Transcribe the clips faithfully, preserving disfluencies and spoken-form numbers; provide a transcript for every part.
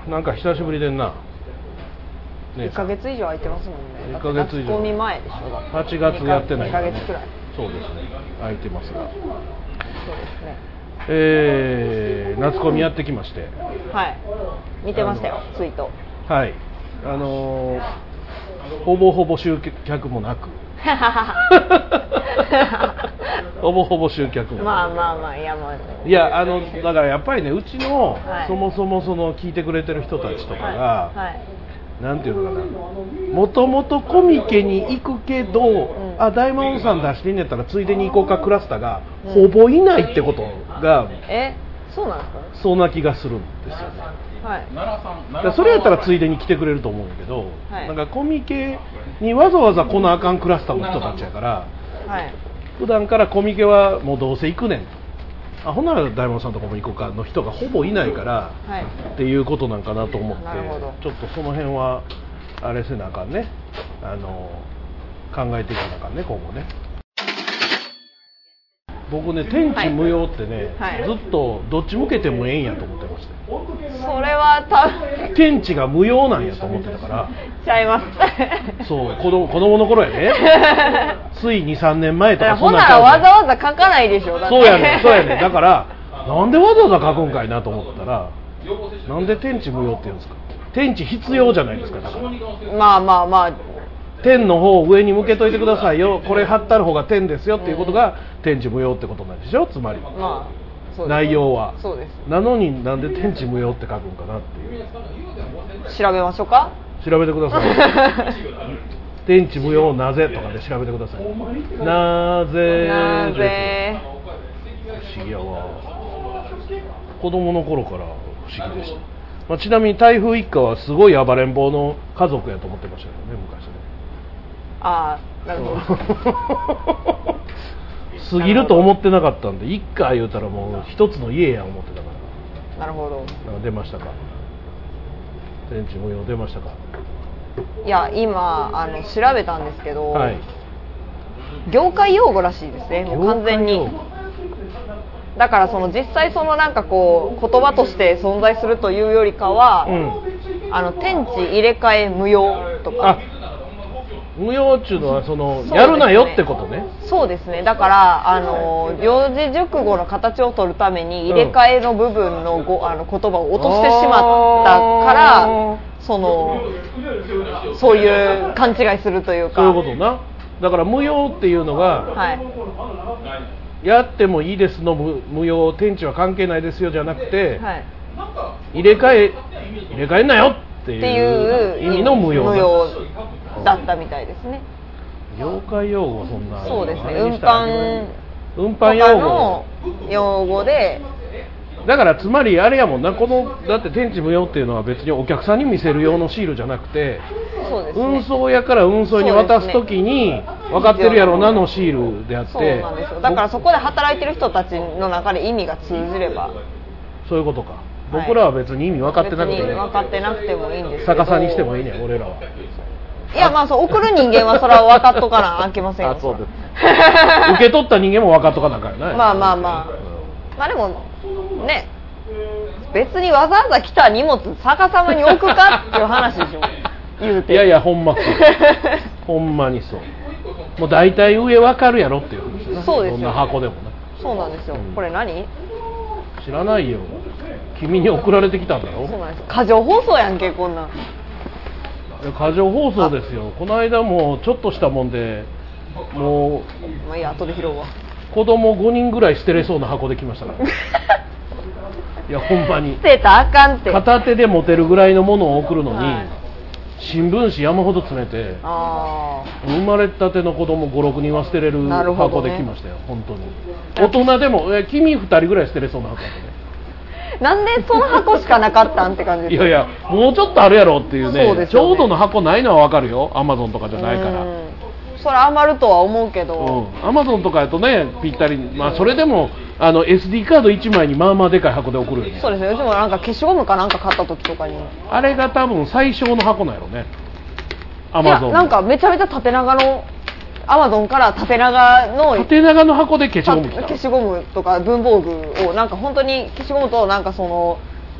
なんか久しぶりでんな。 いっかげつ以上空いてますもんね。 いっかげつ以上。 夏コミ前でしょ。 はちがつやってない、 にかげつくらい。 そうですね。空いてますが。 そうですね。 えー、夏コミやってきまして。 はい。見てましたよ、ツイート。 はい。あのー、ほぼほぼ集客もなく。ほぼほぼ集客も。 まあまあまあ、いやまあ。 いや、あのだからやっぱりね、うちの、 はい、 そもそもその聞いてくれてる人たちとかが、 はいはい、 なんていうのかな、もともとコミケに行くけど、うん、あ、大魔王さん出してんやったらついでに行こうかクラスターが、うん、ほぼいないってことが、 え、そうなんですか？ そんな気がするんですよね。 はい、 だそれやったらついでに来てくれると思うんやけど、はい、なんかコミケにわざわざ来なあかんクラスターの人たちやから、はい、普段からコミケはもうどうせ行くねんと、あほんなら大門さんとかも行こうかの人がほぼいないから、はい、っていうことなんかなと思って、ちょっとその辺はあれせなあかんね、あの考えていかなあかんね今後ね。僕ね、天地無用ってね、はいはい、ずっとどっち向けてもええんやと思ってました。 それはた天地が無用なんやと思ってたからちゃいますそう子供、子供の頃やねついにさんねんまえとかそんなほならわざわざ書かないでしょ。だってそうやねそうやねだからなんでわざわざ書くんかいなと思ったら、なんで天地無用って言うんですか。天地必要じゃないですか。だからまあまあまあ天の方を上に向けといてくださいよ、これ貼ったる方が天ですよっていうことが天地無用ってことなんでしょ、つまり、まあ、そうです内容は。 そうです。 なのになんで天地無用って書くんかなっていう。 調べましょうか。 調べてください天地無用なぜとかで調べてください。なぜなぜ不思議やわ。子供の頃から不思議でした。まあ、ちなみに台風一家はすごい暴れん坊の家族やと思ってましたけどね、昔ね。 ああ、なるほど過ぎると思ってなかったんで、一家言うたらもう一つの家や思ってたから。なるほど。 出ましたか。天地無用出ましたか。 いや今あの調べたんですけど、はい、業界用語らしいですね、もう完全に。だからその実際そのなんかこう言葉として存在するというよりかは、うん、あの天地入れ替え無用とか。 無用っていうのはそのやるなよってことね。 そうですね。だからあの四字熟語の形を取るために入れ替えの部分のごあの言葉を落としてしまったから、そのそういう勘違いするというか。 そういうことな。だから無用っていうのが、はい、やってもいいですの 無, 無用、天地は関係ないですよじゃなくて、はい、入れ替え入れ替えんなよっていう意味の無用だ。 無用だったみたいですね。 業界用語そんな。 そうですね。運搬運搬用語の用語で。 だからつまりあれやもんな、このだって天地無用っていうのは別にお客さんに見せる用のシールじゃなくて、 そうですね、 運送屋から運送に渡すときに分かってるやろなのシールであって。 そうなんですよ。だからそこで働いてる人たちの中で意味が通じれば。 そういうことか。僕らは別に意味分かってなくてね。 別に分かってなくてもいいんですけど。 逆さにしてもいいね俺らは。 いやまあそう送る人間はそれは分かっとかなあきませんよ。 あそうです受け取った人間も分かっとかなあかんな。 まあまあまあ、うん、まあでもね、別にわざわざ来た荷物逆さまに置くかっていう話でしょ言うて。 いやいやほんまそうほんまにそう。もう大体上分かるやろっていう話な。 そうですよ。 どんな箱でもね。 そうなんですよ、うん、これ何知らないよ。君に送られてきたんだろ。 そうなんです。過剰放送やんけこんなん。 過剰放送ですよ。この間もちょっとしたもんでもうまあいいや後で拾うわ。 子供ごにんぐらい捨てれそうな箱で来ましたからいやほんまに捨てたらあかんって。 片手で持てるぐらいのものを送るのに、はい、新聞紙山ほど詰めて、あ生まれたての子供ごろくにんは捨てれる箱で来ましたよ、ね、本当に。大人でもえ君ふたりぐらい捨てれそうな箱でねなんでその箱しかなかったんって感じです。 いやいやもうちょっとあるやろっていう ね, うねちょうどの箱ないのは分かるよ。アマゾンとかじゃないから。 それ余るとは思うけど、 アマゾンとかやとねぴったり、まあ、それでもあの エスディー カードいちまいにまあまあでかい箱で送るよね。 そうですね。うちもなんか消しゴムかなんか買った時とかにあれが多分最小の箱なんやろね。アマゾンいやなんかめちゃめちゃ縦長のアマゾンから縦長の縦長の箱で消しゴム来た。 消しゴムとか文房具をなんか本当に消しゴムとなんかその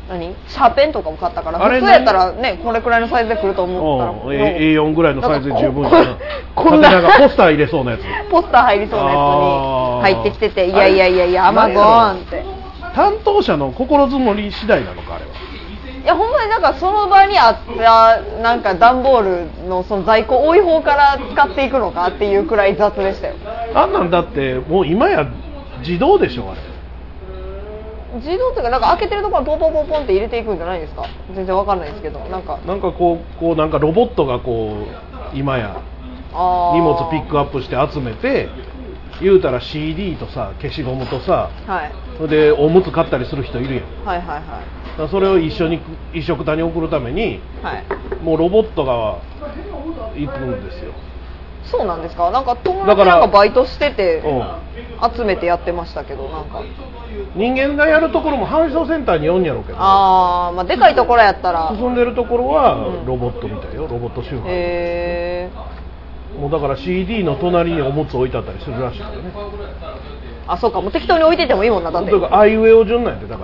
何シャーペンとかも買ったから普通やったらねこれくらいのサイズで来ると思ったらエーよん ぐらいのサイズで十分やな。こんななんかポスター入れそうなやつポスター入りそうなやつに入ってきてて、いやいやいやいやアマゾンって担当者の心づもり次第なのかあれは。 いやほんまになんかその場にあったなんか段ボールのその在庫多い方から使っていくのかっていうくらい雑でしたよ。 あんなんだってもう今や自動でしょあれ。 自動っていうかなんか開けてるところポンポンポンポンって入れていくんじゃないですか。全然わかんないですけどなんかなんかこうこうなんかロボットがこう今や荷物ピックアップして集めて言うたら シーディー とさ消しゴムとさ、はい、でおむつ買ったりする人いるやん。 はいはいはい。 だそれを一緒に一緒くたに送るために、はい、もうロボットが行くんですよ。 そうなんですか。なんか友達なんかバイトしてて、うん、集めてやってましたけどなんか人間がやるところも搬送センターによんやろうけど、 ああまあでかいところやったら進んでるところはロボットみたいよ、ロボット周波。 へえ。 もうだから シーディー の隣におむつ置いてあったりするらしいからね。 あそうかもう適当に置いててもいいもんなだって。 だからアイウェオ順なんやでだから。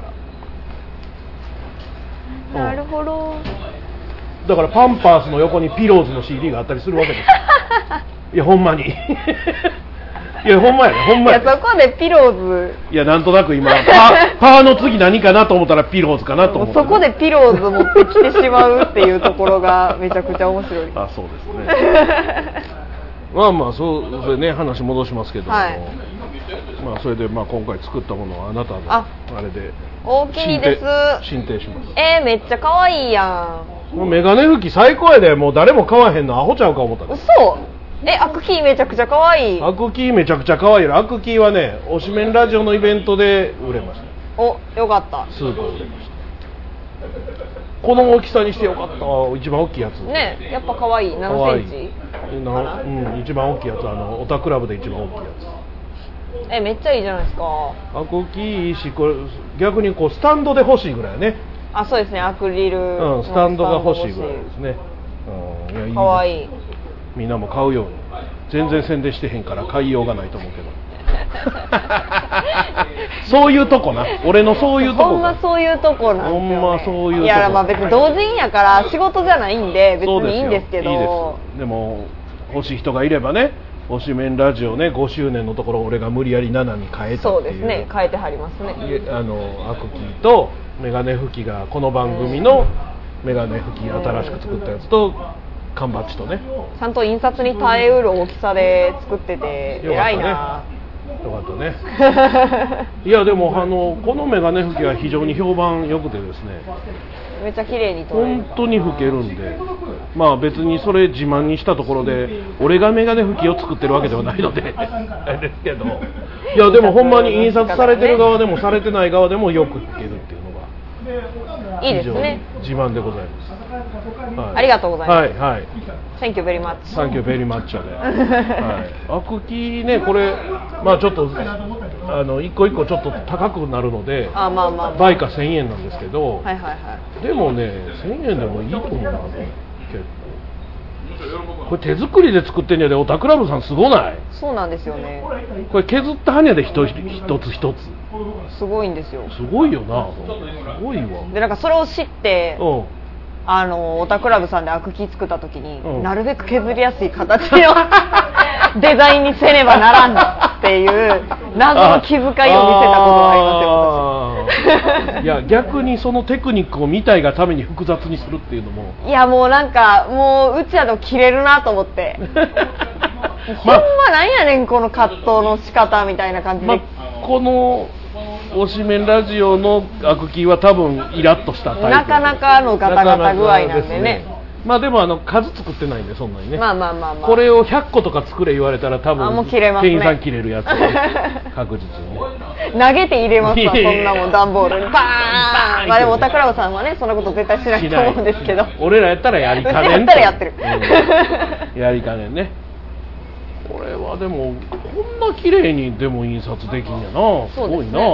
なるほど、 うん、だからパンパースの横にピローズの シーディー があったりするわけですいやほんまにいやほんまやねほんまや、ね、 いやそこでピローズいやなんとなく今パー、パーの次何かなと思ったらピローズかなと思って、ね、 そこでピローズ持ってきてしまうっていうところがめちゃくちゃ面白いあそうですねまあまあそうそれね話戻しますけども、はい、まあそれでまあ今回作ったものはあなたのあれで大きいです進呈します。 えー、めっちゃ可愛いやん。 もうメガネ拭き最高やで。もう誰も買わへんのアホちゃうか思った。 嘘。えアクキーめちゃくちゃ可愛い。 アクキーめちゃくちゃ可愛い。アクキーはねおしめんラジオのイベントで売れました。 およかった。 スーパー売れました。この大きさにしてよかった。一番大きいやつねやっぱ可愛い。何センチな、うん、一番大きいやつ。あのオタクラブで一番大きいやつ。 えめっちゃいいじゃないですか。 アクキーいいしこれ逆にこうスタンドで欲しいぐらいね。 あそうですねアクリルうん、スタンドが欲しいぐらいですね。うん、いやいいね、かわいい。みんなも買うように。全然宣伝してへんから買いようがないと思うけどそういうとこな俺のそういうとこほんまそういうとこなんですよ、ね、 ほんまそういうとこ。 いやまあ別に同人やから仕事じゃないんで別にいいんですけど。 いいですでも欲しい人がいればねおしめんラジオねごしゅうねんのところ俺が無理やりななに変えたっていう。 そうですね変えてはりますね。 あのアクキーとメガネ拭きがこの番組のメガネ拭き新しく作ったやつと缶バッジとねちゃんと印刷に耐えうる大きさで作ってて偉いな。 よかったねいやでもあのこのメガネ拭きは非常に評判良くてですねめっちゃ綺麗に撮れる。 本当に拭けるんでまあ別にそれ自慢にしたところで俺がメガネ拭きを作ってるわけではないのであれですけどいやでもほんまに印刷されてる側でもされてない側でもよく拭けるっていうのがいいですね自慢でございます、 はい、ありがとうございます。 はいはい Thank you very much Thank you very much で、はい、アクキーねこれまあちょっとあの一個一個ちょっと高くなるのであ、まあまあまあ、 倍価せんえんなんですけど、 はいはいはい、 でもねせんえんでもいいと思うな結構これ手作りで作ってんやでオタクラブさんすごない？ そうなんですよね。 これ削ったはんやで一つ一つすごいんですよ。 すごいよなすごいわ。 でなんかそれを知ってうんあのオタクラブさんでアクキー作った時に、うん、なるべく削りやすい形のデザインにせねばならんっていう謎の気遣いを見せたことがありますよ。 いや逆にそのテクニックを見たいがために複雑にするっていうのもいやもうなんかもううちやと切れるなと思ってほんまなんやねんこの葛藤の仕方みたいな感じで、まこのおしめんラジオのアクキーは多分イラッとしたタイプなかなかのガタガタ具合なんでね。 まあでもあの数作ってないんでそんなにね。 まあまあまあまあ。 これをひゃっことか作れ言われたら多分あもう切れますね、 店員さん切れるやつ確実に、ね、 投げて入れますわそんなもん段ボールにバーン。まあでもオタクラブさんはねそんなこと絶対しないと思うんですけど。 俺らやったらやりかねん。 うちやったらやってる。 うん、やりかねんね。これはでもこんな綺麗にでも印刷できんやな。すごいな。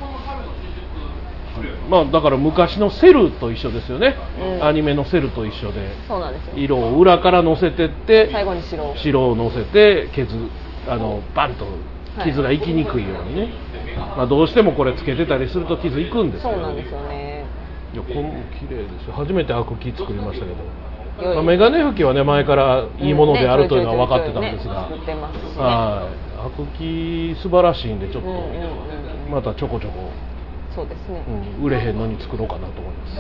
まあだから昔のセルと一緒ですよね、うん、アニメのセルと一緒で、 そうなんですよ。 色を裏からのせてって最後に白を白をのせて削あのバンと傷がいきにくいようにね、はい、まあ、どうしてもこれつけてたりすると傷いくんですけど、 そうなんですよね。 いやこの綺麗ですよ。初めてアクキ作りましたけど、まあ、メガネ拭きはね前からいいものであるというのは分かってたんですが、はい、アクキ素晴らしいんでちょっとまたちょこちょこそうですね、 うん、売れへんのに作ろうかなと思います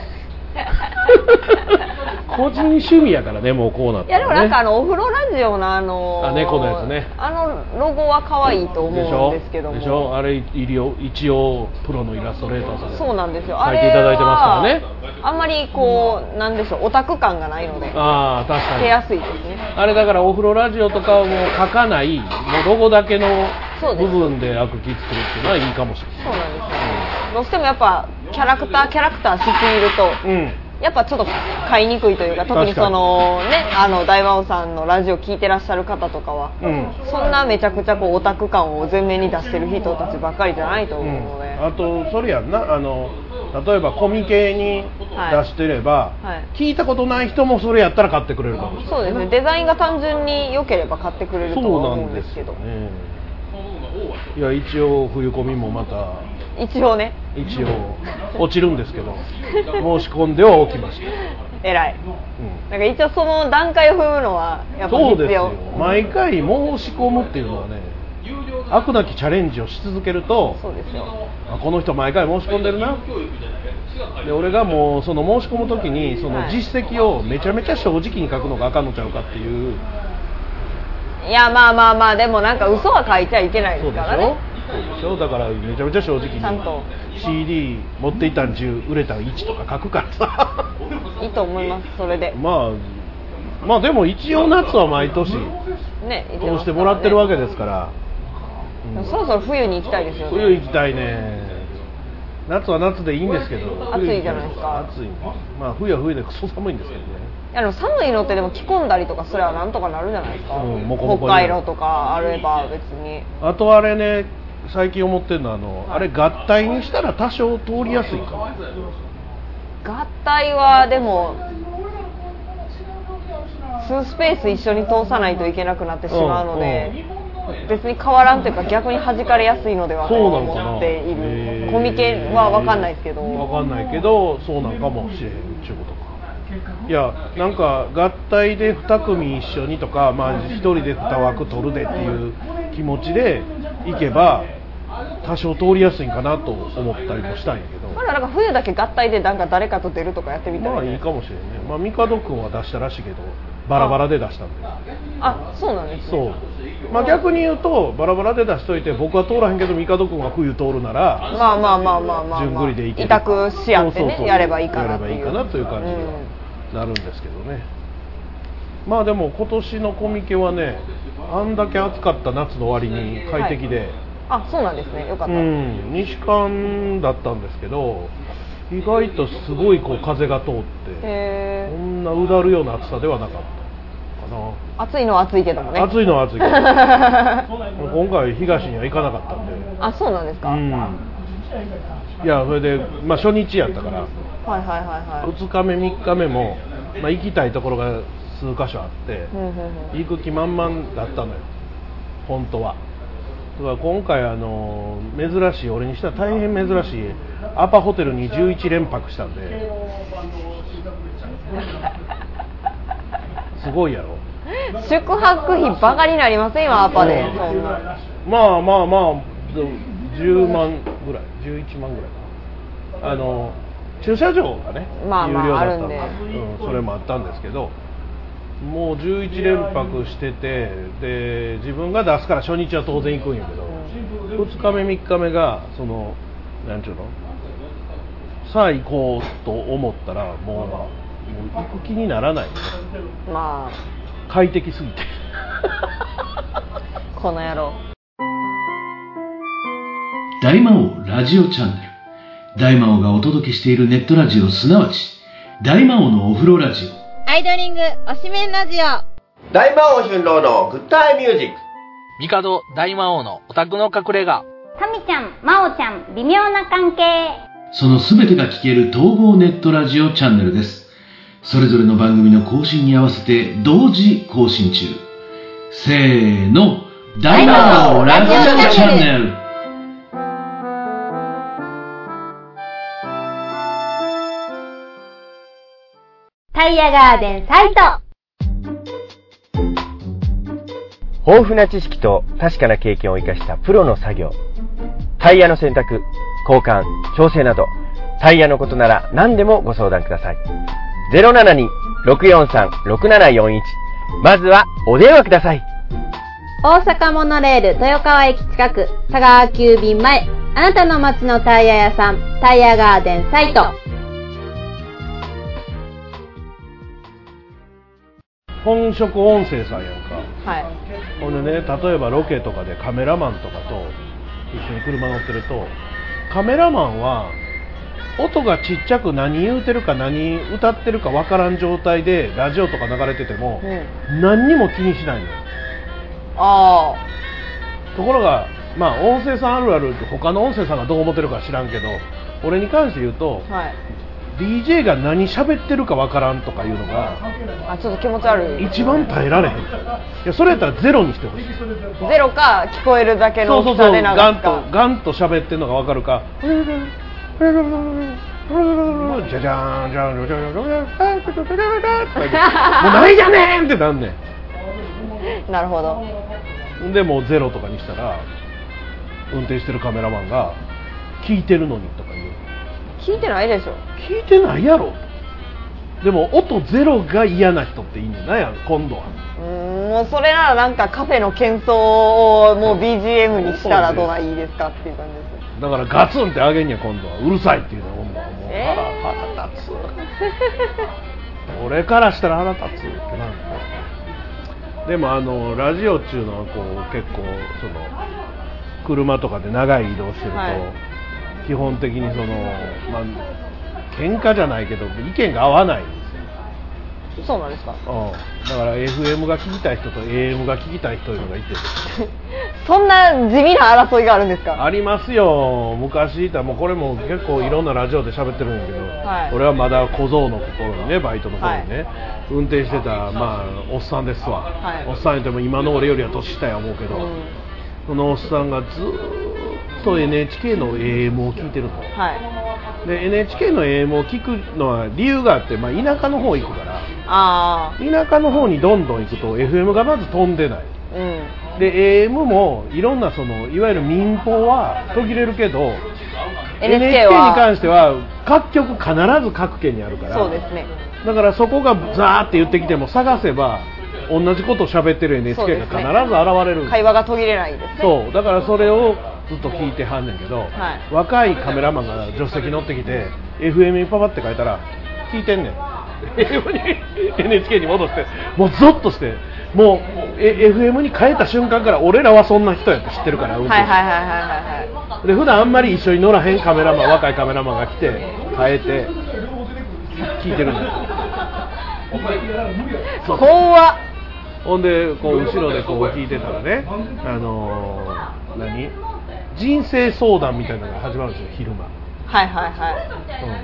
個人趣味やからね、もうこうなったら、ね、 いやでもなんかあのお風呂ラジオのあのー、 あ猫のやつね、 あのロゴは可愛いと思うんですけども、 でしょ、でしょあれ一応プロのイラストレーターさんでそうなんですよ、 描いていただいてますからね。 あんまりこうなんでしょう、オタク感がないので、 ああ確かに手やすいですね。 あれだからお風呂ラジオとかをもう書かないもうロゴだけの部分でアクキ作るっていうのはいいかもしれない。 そうなんですよ、うん、どうしてもやっぱキャラクターキャラクターしすぎると、うんやっぱちょっと買いにくいというか、特にそのね、あの大魔王さんのラジオ聞いてらっしゃる方とかは、うん、そんなめちゃくちゃこうオタク感を前面に出してる人たちばっかりじゃないと思うので、うん、あとそれやんな、あの例えばコミケに出してれば、はいはい、聞いたことない人もそれやったら買ってくれるかもしれない。 そうですね、デザインが単純に良ければ買ってくれるとは思うんですけど、そうなんですよね。 いや一応冬コミもまた一応ね一応落ちるんですけど申し込んではおきました。 偉い、うん、なんか一応その段階を踏むのはやっぱ必要。 そうですよ、毎回申し込むっていうのはね、飽くなきチャレンジをし続けると、 そうですよ、 あこの人毎回申し込んでるなで、俺がもうその申し込む時にその実績をめちゃめちゃ正直に書くのがあかんのちゃうかっていう、 いやまあまあまあでもなんか嘘は書いちゃいけないですからね。 そうでしょ、だからめちゃめちゃ正直にちゃんと シーディー 持っていたんじゅう売れたんいちとか書くからさいいと思います、それで。 まあまあでも一応夏は毎年ね通してもらってるわけですから、 うん、そろそろ冬に行きたいですよね。 冬行きたいね。夏は夏でいいんですけど暑いじゃないですか。 暑い、まあ冬は冬でクソ寒いんですけどね。 いやでも寒いのってでも着込んだりとかすればなんとかなるじゃないですか、うん、もこもこ北海道とかあれば別に。 あとあれね、最近思ってるのはあの、はい、あれ合体にしたら多少通りやすいかも。 合体はでもツースペース一緒に通さないといけなくなってしまうので、うんうん、別に変わらんというか逆に弾かれやすいのではと思っている。コミケは分かんないですけど、 分かんないけどそうなんかもしれんっていうことか。いやなんか合体でに組一緒にとか、まあ、ひとりでに枠取るでっていう気持ちでいけば多少通りやすいんかなと思ったりもしたんやけど、 まだなんか冬だけ合体でなんか誰かと出るとかやってみたい、ね、 まあいいかもしれんね。まあ帝君は出したらしいけどバラバラで出したんで。 あ、そうなんですね。 そう、まあ、逆に言うとバラバラで出しといて僕は通らへんけど帝君が冬通るならまあまあまあまあまあ、 順繰りでいける、 委託し合ってね、そうそうそうやればいいかなっていうやればいいかなという感じになるんですけどね、うん、まあでも今年のコミケはね、あんだけ暑かった夏の終わりに快適で、はい、 あ、そうなんですね、よかった、 うん、西館だったんですけど意外とすごいこう風が通ってへこんなうだるような暑さではなかったかな。暑いのは暑いけどもね。 暑いのは暑いけど今回東には行かなかったんで。 あ、そうなんですか、うん、 いやそれで、まあ、初日やったから、 はいはいはいはい、 ふつかめみっかめも、まあ、行きたいところが数箇所あって、 うんうんうん、 行く気満々だったのよ本当は。だから今回あの珍しい、俺にしたら大変珍しいアパホテルにじゅういち連泊したんですごいやろ。 宿泊費バカになりませんよアパで。そんなまあまあまあじゅうまんぐらい、じゅういちまんぐらいかな。あの駐車場がね、 まあまあ、 有料だったんで、 あるんで、 うん、それもあったんですけど、もうじゅういち連泊してて、で自分が出すから初日は当然行くんやけど、うん、ふつかめみっかめがそのなんちゅうの、さあ行こうと思ったらもう、もう行く気にならない、ね、 まあ快適すぎてこの野郎。 大魔王ラジオチャンネル、大魔王がお届けしているネットラジオ、すなわち大魔王のお風呂ラジオ、 アイドリング推しメンラジオ、 大魔王春郎のグッタイミュージック、 帝大魔王のオタクの隠れ家、 タミちゃん、マオちゃん、微妙な関係。 そのすべてが聞ける統合ネットラジオチャンネルです。それぞれの番組の更新に合わせて同時更新中。せーの、大魔王ラジオチャンネル。 タイヤガーデンサイト。 豊富な知識と確かな経験を生かしたプロの作業。タイヤの選択、交換、調整など、タイヤのことなら何でもご相談ください。ゼロななに ろくよんさん ろくななよんいち、まずはお電話ください。 大阪モノレール豊川駅近く、佐川急便前、あなたの街のタイヤ屋さん、タイヤガーデンサイト。 本職音声さんやんか。 はい。 ほんでね、例えばロケとかでカメラマンとかと一緒に車乗ってると、カメラマンは音がちっちゃく何言うてるか何歌ってるか分からん状態でラジオとか流れてても、うん、何にも気にしないのよ。ああ。ところが、まあ音声さんあるある他の音声さんがどう思ってるか知らんけど、俺に関して言うと、はい、ディージェー が何喋ってるか分からんとかいうのが、 あ、ちょっと気持ち悪い。 一番耐えられへん。いや、それやったらゼロにしてほしい。 ゼロか聞こえるだけの大きさで流すか。 ガンとガンと喋ってるのが分かるか。じゃじゃーんじゃじゃんじゃんじゃんじゃんもうないじゃねんってなんねん。なるほど。 でもうゼロとかにしたら運転してるカメラマンが聞いてるのにとか言う。 聞いてないでしょ。 聞いてないやろ。でも音ゼロが嫌な人っていいんじゃないやん今度は。 うーん、もうそれならなんかカフェの喧騒をもう ビージーエム にしたらどうがいいですかっていう感じです。 だからガツンってあげんや今度は。うるさいっていうのはもうえ腹腹立つ俺からしたら腹立つってなんか。でもあのラジオっていうのはこう結構その車とかで長い移動してると、はい、基本的にそのまあ喧嘩じゃないけど意見が合わないんですよ。 そうなんですか。 うん、だから エフエム が聞きたい人と エーエム が聞きたい人いうのがいてそんな地味な争いがあるんですか。 ありますよ。昔いたもうこれも結構いろんなラジオで喋ってるんだけど、はい、俺はまだ小僧の頃にね、バイトの頃にね、はい、運転してたまあおっさんですわ、はい、おっさん言っても今の俺よりは年下や思うけど、うん、そのおっさんがずっと エヌエイチケー の エーエム を聞いてると、はい、で エヌエイチケー の エーエム を聞くのは理由があって、まあ、田舎の方行くから、あ田舎の方にどんどん行くと エフエム がまず飛んでない、うん、で エーエム もいろんなそのいわゆる民放は途切れるけど エヌエイチケー に関しては各局必ず各県にあるから、 そうですね、 だからそこがザーって言ってきても探せば同じことを喋ってる エヌエイチケー が必ず現れる、 ね、会話が途切れないですね。 そうだからそれをずっと聞いてはんねんけど、はい、若いカメラマンが助手席乗ってきて エフエム にパパって書いたら聞いてんねんエフエム に エヌエイチケー に戻してもうゾッとしてもう エフエム に変えた瞬間から俺らはそんな人やって知ってるから、はいはいはいはいはい、で普段あんまり一緒に乗らへんカメラマン若いカメラマンが来て変えて聞いてるんだよ怖っ。 ほんでこう後ろでこう聞いてたらね、あのー、何人生相談みたいなのが始まるんですよ昼間。 はいはいはい、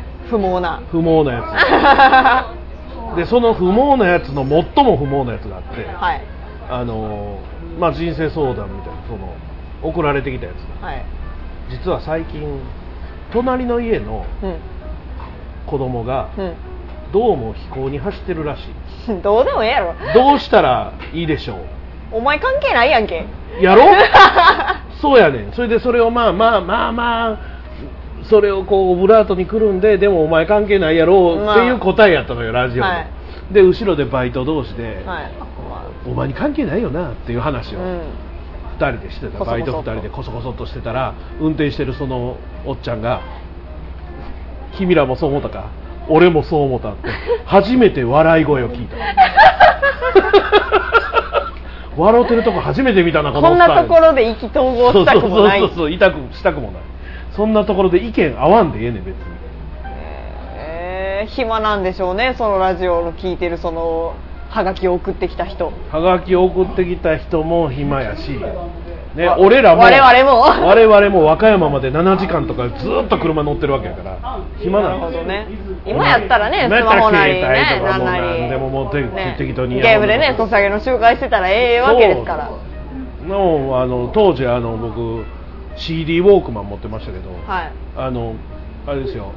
うん、不毛な不毛なやつでその不毛なやつの最も不毛なやつがあって、はい、あのー、まあ人生相談みたいなその送られてきたやつが、はい、実は最近隣の家の子供が、うんうんどうも飛行に走ってるらしいどうでもええやろ。 どうしたらいいでしょう。 お前関係ないやんけやろそうやねん。それでそれをまあまあまあまあそれをこうオブラートにくるんででもお前関係ないやろうっていう答えやったのよラジオで、はい、で後ろでバイト同士で、はい、お前に関係ないよなっていう話をふたりでしてた、バイトふたりでコソコソっとしてたら運転してるそのおっちゃんが君らもそう思ったか俺もそう思ったって初めて笑い声を聞いた笑ってるとこ初めて見たなこのこんなところで意気投合したくもないそうそうそうそう痛くしたくもないそんなところで意見合わんでええねん別に。 えー、暇なんでしょうねそのラジオの聞いてるそのハガキを送ってきた人ハガキを送ってきた人も暇やしね、俺らも我々も我々も和歌山までななじかんとかずっと車乗ってるわけやから暇なの。 なるほどね。今やったらねスマホなりね何なりでももう、ね、適当にゲームでねソシャゲの集会してたらええわけですからのあの当時あの僕 シーディー ウォークマン持ってましたけど、はい、あのあれですよ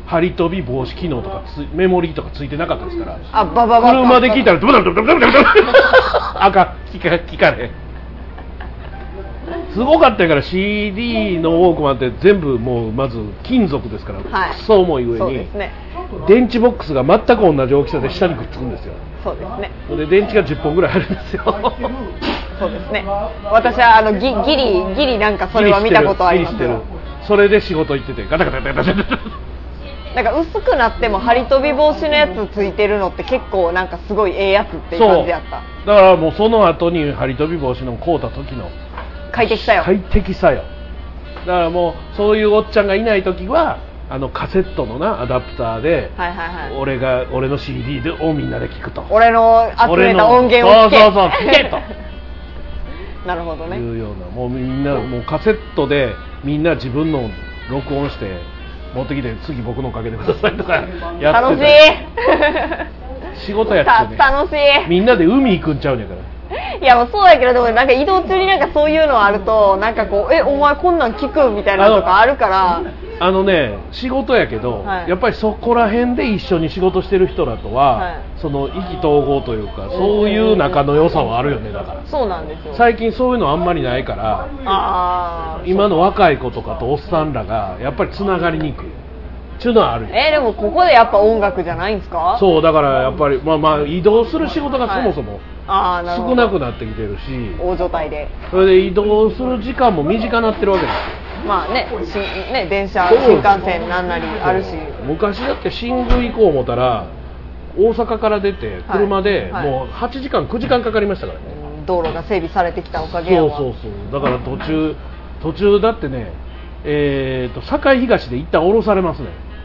張り飛び防止機能とかつメモリーとかついてなかったですから、 あバババ車で聞いたらドバドバドバドバドバあかん聞か聞かれへん。すごかったから シーディー のウォークマンって全部もうまず金属ですから、はい、そう重い上にそうですね、電池ボックスが全く同じ大きさで下にくっつくんですよ。 そうですね。 で電池がじゅっぽんぐらいあるんですよ。 そうですね。私はあの ギ, ギリギリなんかそれは見たことあります。 ギリしてる。それで仕事行っててガタガタガタガタガタ。 なんか薄くなっても張り飛び防止のやつついてるのって結構なんかすごいええやつっていう感じやった。 だからもうその後に張り飛び防止の買うた時の快適さよ。 快適さよ。だからもうそういうおっちゃんがいない時はあのカセットのなアダプターで、はいはいはい、俺が俺の シーディー でをみんなで聞くと。 俺の集めた音源を聞け。 そうそうそう聞けと。 なるほどね。 いうようなもうみんなもうカセットでみんな自分の録音して持ってきて次僕のかけてくださいとかやってた。 楽しい。 仕事やっちゃうね。 楽しい。 みんなで海行くんちゃうんやから。 いやもうそうやけどでもなんか移動中になんかそういうのあるとなんかこうえお前こんなん聞くみたいなのとかあるからあのね仕事やけど、はい、やっぱりそこら辺で一緒に仕事してる人らとは、はい、その意気投合というかそういう仲の良さはあるよね。だからそうなんですよ。 最近そういうのあんまりないからあ今の若い子とかとおっさんらがやっぱりつながりにくいっていうのはあるよ。 えー、でもここでやっぱ音楽じゃないんですか。 そうだからやっぱりまあまあ移動する仕事がそもそも、はいあなるほど少なくなってきてるし大所帯でそれで移動する時間も短くなってるわけですよ。 まあね、しね電車新幹線なんなりあるし昔だって新宮行こう思ったら大阪から出て車でもうはちじかんくじかんかかりましたからね、はいはい、道路が整備されてきたおかげやわ。 そうそうそうだから途中途中だってねえーと堺東で一旦降ろされますね。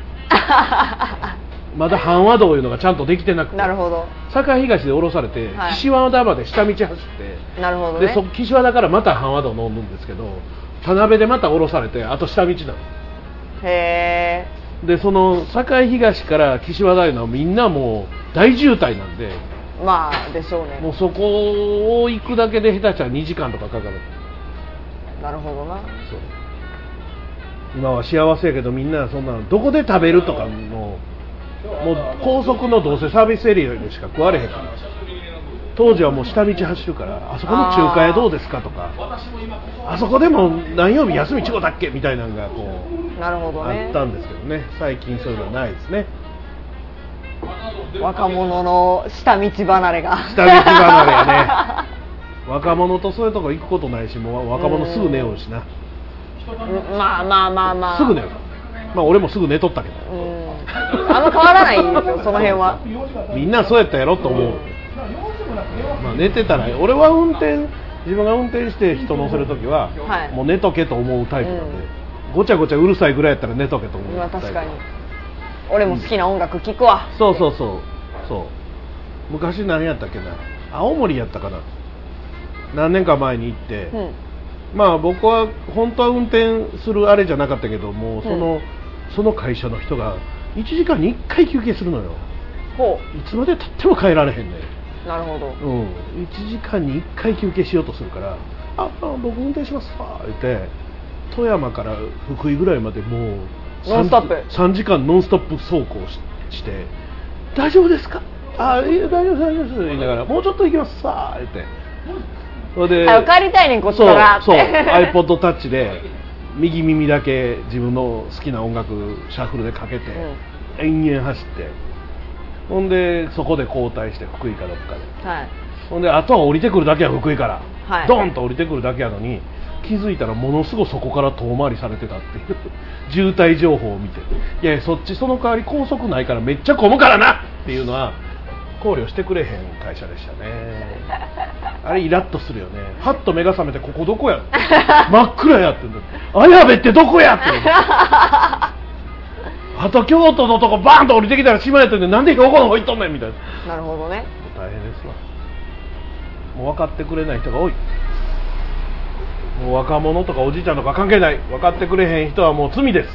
まだ阪和道いうのがちゃんとできてなくてなるほど堺東で降ろされて、はい、岸和田まで下道走ってなるほど、ね、 でそ岸和田からまた阪和道乗るんですけど田辺でまた降ろされてあと下道なの。 へーでその堺東から岸和田いうのはみんなもう大渋滞なんでまあでしょうね。 もうそこを行くだけで下手したらにじかんとかかかる。 なるほどな。 そう今は幸せやけどみんなそんなどこで食べるとかのもう高速のどうせサービスエリアでしか食われへんから当時はもう下道走るからあそこの中華屋どうですかとか あ, あそこでも何曜日休みちごだっけみたいなのがこうなるほど、ね、 あったんですけどね最近そういうのはないですね。 若者の下道離れが下道離れやね。若者とそういうとこ行くことないしもう若者すぐ寝ようしな。 まあまあまあまあすぐ寝る。まあ俺もすぐ寝とったけどうんあんま変わらないんですよその辺は。 みんなそうやったやろと思う、うんまあ、寝てたら俺は運転自分が運転して人乗せるときは、はい、もう寝とけと思うタイプなんで、うん、ごちゃごちゃうるさいぐらいやったら寝とけと思う、 まあ、確かに俺も好きな音楽聴くわ、 うん、そうそうそうそう昔何やったっけな青森やったかな何年か前に行って、うんまあ僕は本当は運転するあれじゃなかったけどもうその、うん、その会社の人がいちじかんにいっかい休憩するのよ。 ほういつまでたっても帰られへんね。 なるほど、 うん、いちじかんにいっかい休憩しようとするからああ僕運転しますわ言って富山から福井ぐらいまでもうノンストップさんじかんノンストップ走行 し, して大丈夫ですかあいや大丈夫大丈夫です言いながらもうちょっと行きますさ言ってで帰りたいねんこっちからそうそう iPod タッチで右耳だけ自分の好きな音楽シャッフルでかけて、うん、延々走ってほんでそこで交代して福井かどっかで、はい、ほんであとは降りてくるだけや福井から、はい、ドンと降りてくるだけやのに気づいたらものすごくそこから遠回りされてたっていう渋滞情報を見ていやそっちその代わり高速ないからめっちゃ混むからなっていうのは考慮してくれへん会社でしたね。あれイラッとするよね。パッと目が覚めてここどこや真っ暗やって綾部ってどこやってあと京都のとこバーンと降りてきたら島やってんでなんで兵庫の方行っとんねんみたいな。 なるほどね。 大変ですわ。もう分かってくれない人が多い。もう若者とかおじいちゃんとか関係ない。分かってくれへん人はもう罪です。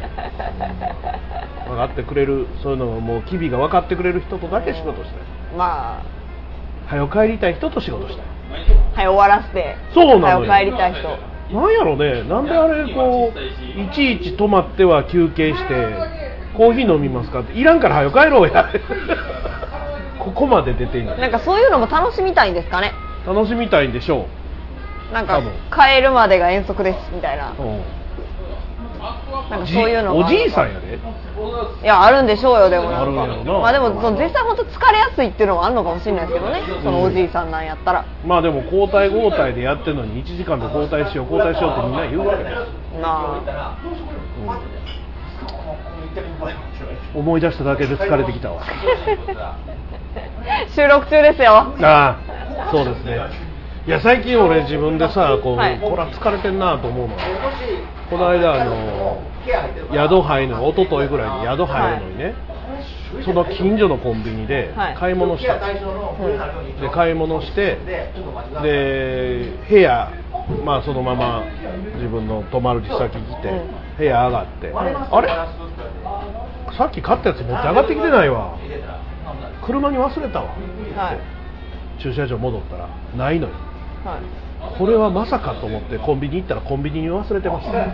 分かってくれるそういうのをもう機微が分かってくれる人とだけ仕事したい。 まあ早く帰りたい人と仕事したい。 早終わらせてそうなのよ。 早く帰りたい人なんやろねなんであれこういちいち止まっては休憩してコーヒー飲みますかって、いらんから早く帰ろうやここまで出てんの。 なんかそういうのも楽しみたいんですかね。 楽しみたいんでしょう。なんか帰るまでが遠足ですみたいな。なんかそういうのおじいさんやで。 いやあるんでしょうよ。でもなんかあるんやろな。 まあでもその実際本当疲れやすいっていうのはあるのかもしれないですけどね、そのおじいさんなんやったら、 うん、まあでも交代交代でやってるのにいちじかんで交代しよう交代しようってみんな言うわけです。 まあ、 うん、思い出しただけで疲れてきたわ収録中ですよ。 ああそうですね。いや最近俺自分でさこう、はい、これは疲れてんなと思うのは、この間あの宿入るの一昨日ぐらいに宿入るのにね、はい、その近所のコンビニで買い物した、はい、で買い物してで部屋まあそのまま自分の泊まる先来て、うん、部屋上がって、うん、あれさっき買ったやつ持って上がってきてないわ、車に忘れたわ、はい、駐車場戻ったらないのよ、はい、これはまさかと思ってコンビニ行ったらコンビニに忘れてます、ね、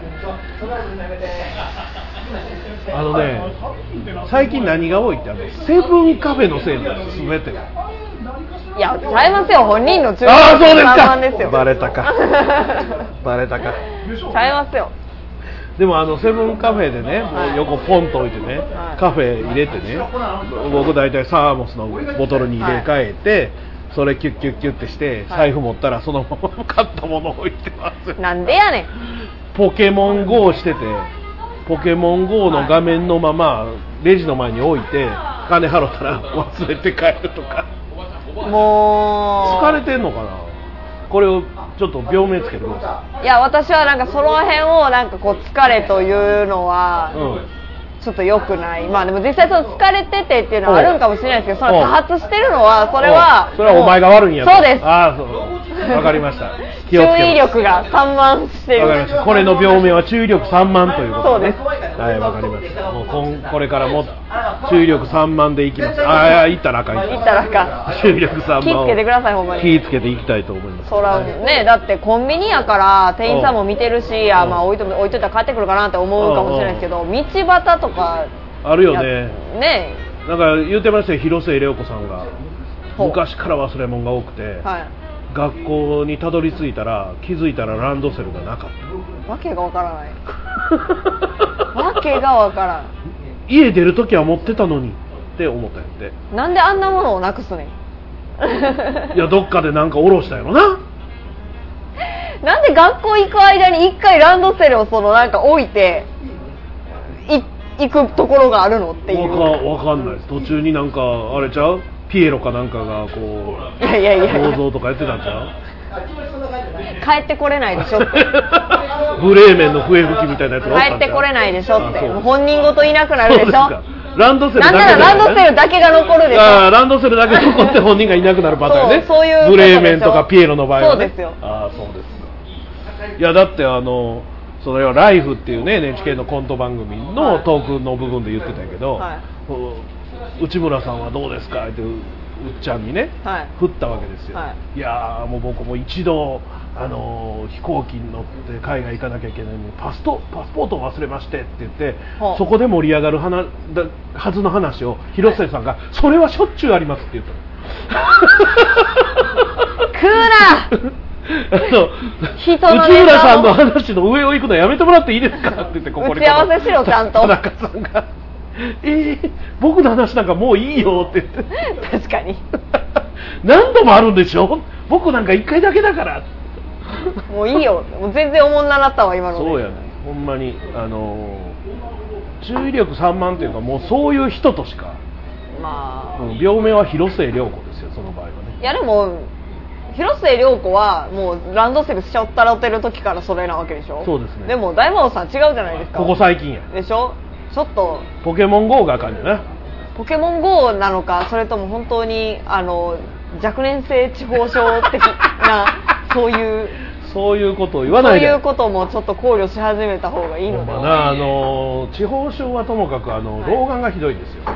あのね最近何が多いってあのセブンカフェのせいなんです全てが。 いやちゃいますよ、本人の注文の看板ですよ。 バレたかバレたかちゃいますよ。 でもあのセブンカフェでね、はい、横ポンと置いてね、はい、カフェ入れてね、僕大体サーモスのボトルに入れ替えて、はいそれキュッキュッキュッてして財布持ったらそのまま買ったものを置いてます。 なんでやねん。 ポケモン ゴー しててポケモン ゴー の画面のままレジの前に置いて金払ったら忘れて帰るとか。 もう疲れてんのかなこれをちょっと病名つける。 いや私はなんかその辺をなんかこう疲れというのは、うんちょっと良くない。まあでも実際その疲れててっていうのはあるんかもしれないですけど、その多発してるのはそれはそれはお前が悪いんや。 そうです。 ああそうわかりました。 注意力が散漫してる。 わかりました。これの病名は注意力散漫ということですね。 そうです。はいわかりました。もうこんこれからも注意力散漫でいきます。ああいったらあかん。 いったらあかん。注意力散漫。 気をつけてくださいほんまに。 気をつけていきたいと思います。 そらねだってコンビニやから店員さんも見てるし、あまあ置いと置いといたら帰ってくるかなって思うかもしれないですけど、道端とか。 あるよね。 ねなんか言ってましたよ広末涼子さんが昔から忘れ物が多くて、はい、学校にたどり着いたら気づいたらランドセルがなかった。 わけがわからないわけがわからん。 家出るときは持ってたのにって思ったんやって。 なんであんなものをなくすねんいやどっかでなんか下ろしたやろな。 なんで学校行く間に一回ランドセルをそのなんか置いて行って行くところがあるのっていう。 わか、わかんないです。途中になんかあれちゃうピエロかなんかがこういやいやいや銅像とかやってたんちゃう帰ってこれないでしょってブレーメンの笛吹きみたいなやつ帰ってこれないでしょってもう本人ごといなくなるでしょ。 ランドセルだけ、ね、 なんならランドセルだけが残るでしょ。 あランドセルだけ残って本人がいなくなるパターンね。 そう、そういうブレーメンとかピエロの場合は、ね、 そうですよ。 あそうですか。いやだってあのそれはライフっていうね エヌエイチケー のコント番組のトークの部分で言ってたんやけど、はい、内村さんはどうですかってうっちゃんにね、はい、振ったわけですよ、はい、いやもう僕も一度あの飛行機に乗って海外行かなきゃいけないのにパストパスポートを忘れましてって言って、はあ、そこで盛り上がるはなだはずの話を広末さんが、はい、それはしょっちゅうありますって言った食うなあの内村さんの話の上を行くのやめてもらっていいですかって言ってここに打ち合わせしろちゃんと田中さんがえー、僕の話なんかもういいよって言って確かに何度もあるんでしょ僕なんかいっかいだけだからもういいよもう全然おもんななったわ今ので。 そうやねほんまにあのー、注意力散漫っていうかもうそういう人としかまあ、うん、病名は広末涼子ですよその場合はね。 いやでも広末涼子はもうランドセルしょったらってる時からそれなわけでしょ。 そうですね。 でも大魔王さん違うじゃないですか。 ここ最近やでしょ。ちょっとポケモン ゴー があかんよな。 ポケモン ゴー なのかそれとも本当にあの若年性痴呆症的なそういうそういうことを言わないで。 そういうこともちょっと考慮し始めた方がいいのでは。 まあ、あの痴呆症はともかくあの、はい、老眼がひどいんですよ。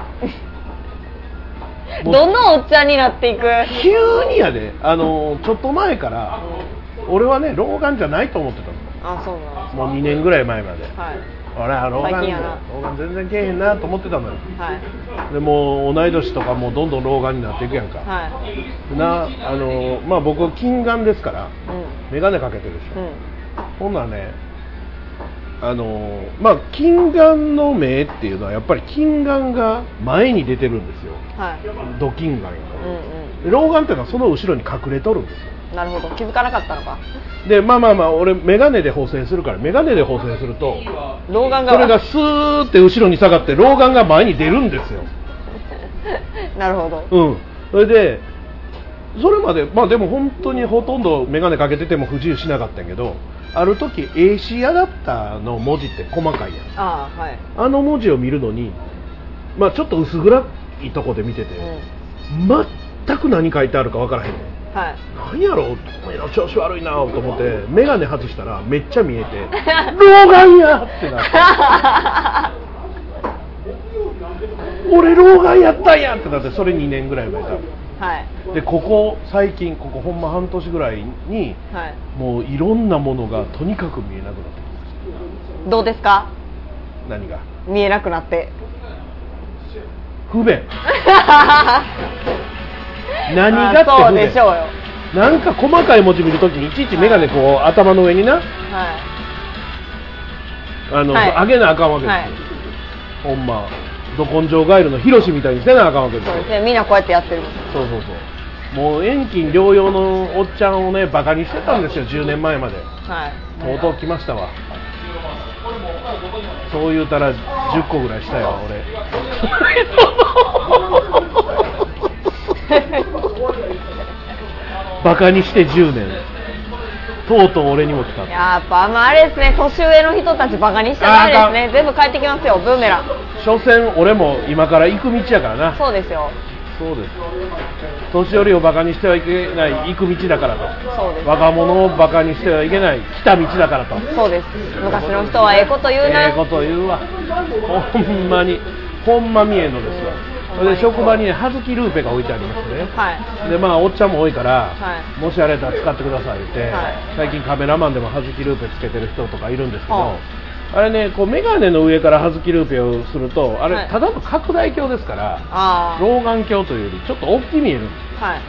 どんなおっちゃんになっていく。 急にやであのちょっと前から俺はね老眼じゃないと思ってたの。 あそうなんです。 もうにねんぐらい前まで、 はい、 俺は老眼最近やな老眼全然けえへんなと思ってたのよ、 はい、 でも同い年とかもうどんどん老眼になっていくやんか、 はい、 なあのまあ僕近眼ですから、うん、眼鏡かけてるでしょ、うん、ほんならねあのまあ近眼の目っていうのはやっぱり近眼が前に出てるんですよ、はい、ド近眼やから、うんうん、老眼っていうのはその後ろに隠れとるんですよ。 なるほど、気づかなかったのか。 でまあまあまあ俺眼鏡で補正するから眼鏡で補正すると老眼がそれがスーって後ろに下がって老眼が前に出るんですよなるほど、 うん、それでそれまでまあでも本当にほとんど眼鏡かけてても不自由しなかったんやけど、ある時 エーシー アダプターの文字って細かいやん、 あ、はい、 あの文字を見るのにまあちょっと薄暗いとこで見てて、うん、全く何書いてあるか分からへんねん、はい、何やろう目の調子悪いなと思って眼鏡外したらめっちゃ見えて老眼やってなって俺老眼やったんやってなって、それにねんぐらい前だ、はい、でここ最近ここほんま半年ぐらいに、はい、もういろんなものがとにかく見えなくなってきました。 どうですか？ 何が見えなくなって不便何がってそうでしょうよ。 なんか細かい文字見るときにいちいち眼鏡こう、はい、頭の上にな、はい、あの、はい、上げなあかんわけですよ、はい、ほんまど根性ガエルのヒロシみたいにしてなあかんわけですよ。 そうですね、みんなこうやってやってる。 そうそうそう、もう遠近療養のおっちゃんをねバカにしてたんですよじゅうねんまえまで、はい、とうとう来ましたわ。そう言うたらじゅっこぐらいしたよ俺バカにしてじゅうねん、とうとう俺にも来た。 やっぱあれですね、年上の人たちバカにしてないですね。全部帰ってきますよ、ブーメラン。 所詮俺も今から行く道やからな。 そうですよ、 そうです。年寄りをバカにしてはいけない行く道だからと。 そうです。 若者をバカにしてはいけない来た道だからと。 そうです。昔の人はええこと言うな。 ええこと言うわ。ほんまにほんま見えんのですよ。それで職場にね、葉月ルーペが置いてありますね、はい、でまあおっちゃんも多いから、はい、もしあれだったら使ってくださいって、はい、最近カメラマンでも葉月ルーペつけてる人とかいるんですけど、はい、あれねこう眼鏡の上から葉月ルーペをするとあれ、はい、ただの拡大鏡ですから老眼鏡というよりちょっと大きく見えるんです、はい、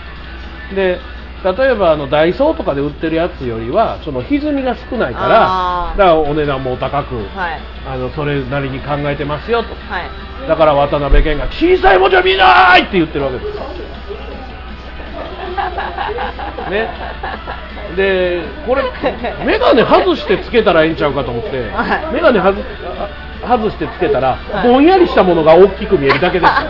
で例えばあのダイソーとかで売ってるやつよりはその歪みが少ないからだからお値段もお高く、はい、あのそれなりに考えてますよと、はい、だから渡辺謙が小さい文字は見ないって言ってるわけですね、でこれ眼鏡外してつけたらええんちゃうかと思って、はい、眼鏡外外してつけたら、はい、ぼんやりしたものが大きく見えるだけです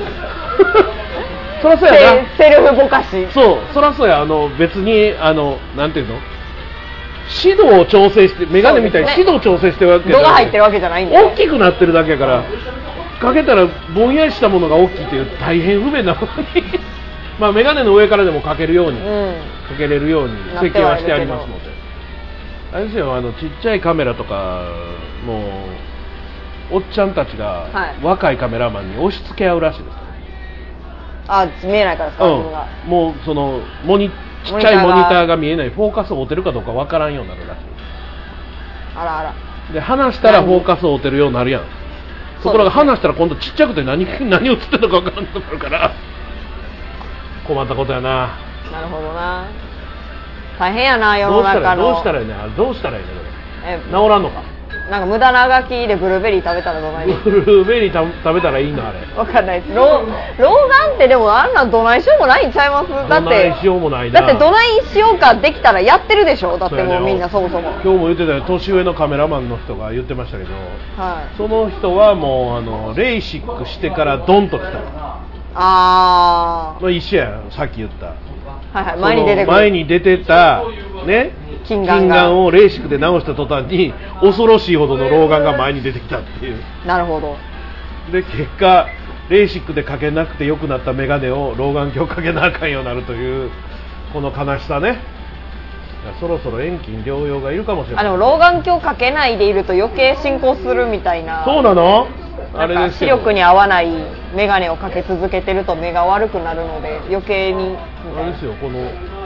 そらそうやな、 セルフぼかし。 そう、そらそうや、あの別にあのなんていうの指導を調整して眼鏡みたいに指導を調整してるわけじゃない、 度が入ってるわけじゃないんで大きくなってるだけやからかけたらぼんやりしたものが大きいという大変不便なものにまあ眼鏡の上からでもかけるように、うん、かけれるように設計はしてありますので、あれですよ、あのちっちゃいカメラとかもうおっちゃんたちが若いカメラマンに押し付け合うらしいです。 あ、見えないからですか、 うん、もうそのモニちっちゃいモニターが見えない、フォーカスを合うてるかどうかわからんようになるらしい。 あらあら。 で離したらフォーカスを合うてるようになるやん。ところが離したら今度ちっちゃくて何何を映ってるのかわからんとなるから困ったことやな。 なるほどな。大変やな世の中の。 どうしたらいいね。どうしたらいいね。え治らんのか。 なんか無駄なあがきでブルーベリー食べたらどないですか。 ブルーベリー食べたらいいのあれ。 わかんないです。老老眼ってでもあんなどないしようもないんちゃいます。だってどないしようもないな。 だってどないしようかできたらやってるでしょ。だってもうみんなそもそも。 今日も言ってたよ、年上のカメラマンの人が言ってましたけど、はい、その人はもうあのレーシックしてからドンときた。 ああ。一緒やん、さっき言った。 はいはい、前に出てくる。 前に出てたね。近眼がをレーシックで直した途端に恐ろしいほどの老眼が前に出てきたっていう。 なるほど。 で結果レーシックでかけなくて良くなったメガネを老眼鏡かけなあかんようになるというこの悲しさね。そろそろ遠近療養がいるかもしれない。 あでも老眼鏡かけないでいると余計進行するみたいな。 そうなの？あれです視力に合わないメガネをかけ続けてると目が悪くなるので余計に。 あれですよ、この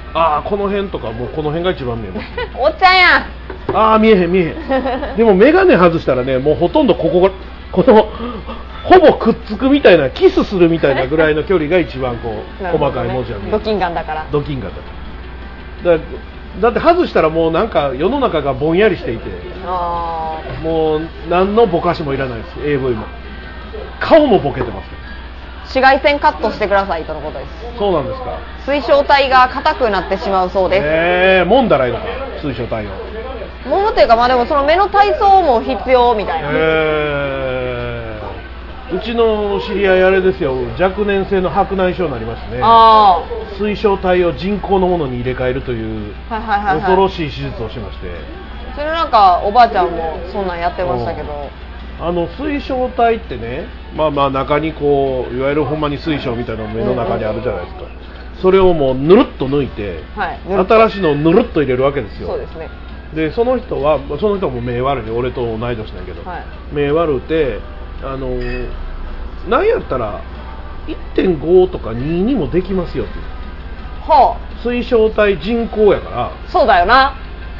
ああこの辺とかもうこの辺が一番見えますおっちゃんやん。 ああ見えへん見えへんでも眼鏡外したらねもうほとんどここがこのほぼくっつくみたいなキスするみたいなぐらいの距離が一番こう、ね、細かい文字が見える。 ドキンガンだからドキンガンだからだだって外したらもうなんか世の中がぼんやりしていてあもう何のぼかしもいらないです。 エーブイ も顔もボケてます。 紫外線カットしてくださいとのことです。 そうなんですか。 水晶体が硬くなってしまうそうです。 えー、揉んだらいいのか水晶体を。 揉むというかまあでもその目の体操も必要みたいな。 えー、うちの知り合いあれですよ若年性の白内障になりましてね。 あ水晶体を人工のものに入れ替えるという、 はいはいはいはい、 恐ろしい手術をしまして。 それなんかおばあちゃんもそんなんやってましたけど。 あの水晶体ってね、まあまあ中にこういわゆるほんまに水晶みたいなの目の中にあるじゃないですか、うんうん、それをもうぬるっと抜いて、はい、新しいのをぬるっと入れるわけですよ。 そうですね。 でその人はその人も目悪い、俺と同い年だけど、はい、目悪うてあのなんやったら いってんご とかににもできますよっていう、はあ、水晶体人工やからそうだよな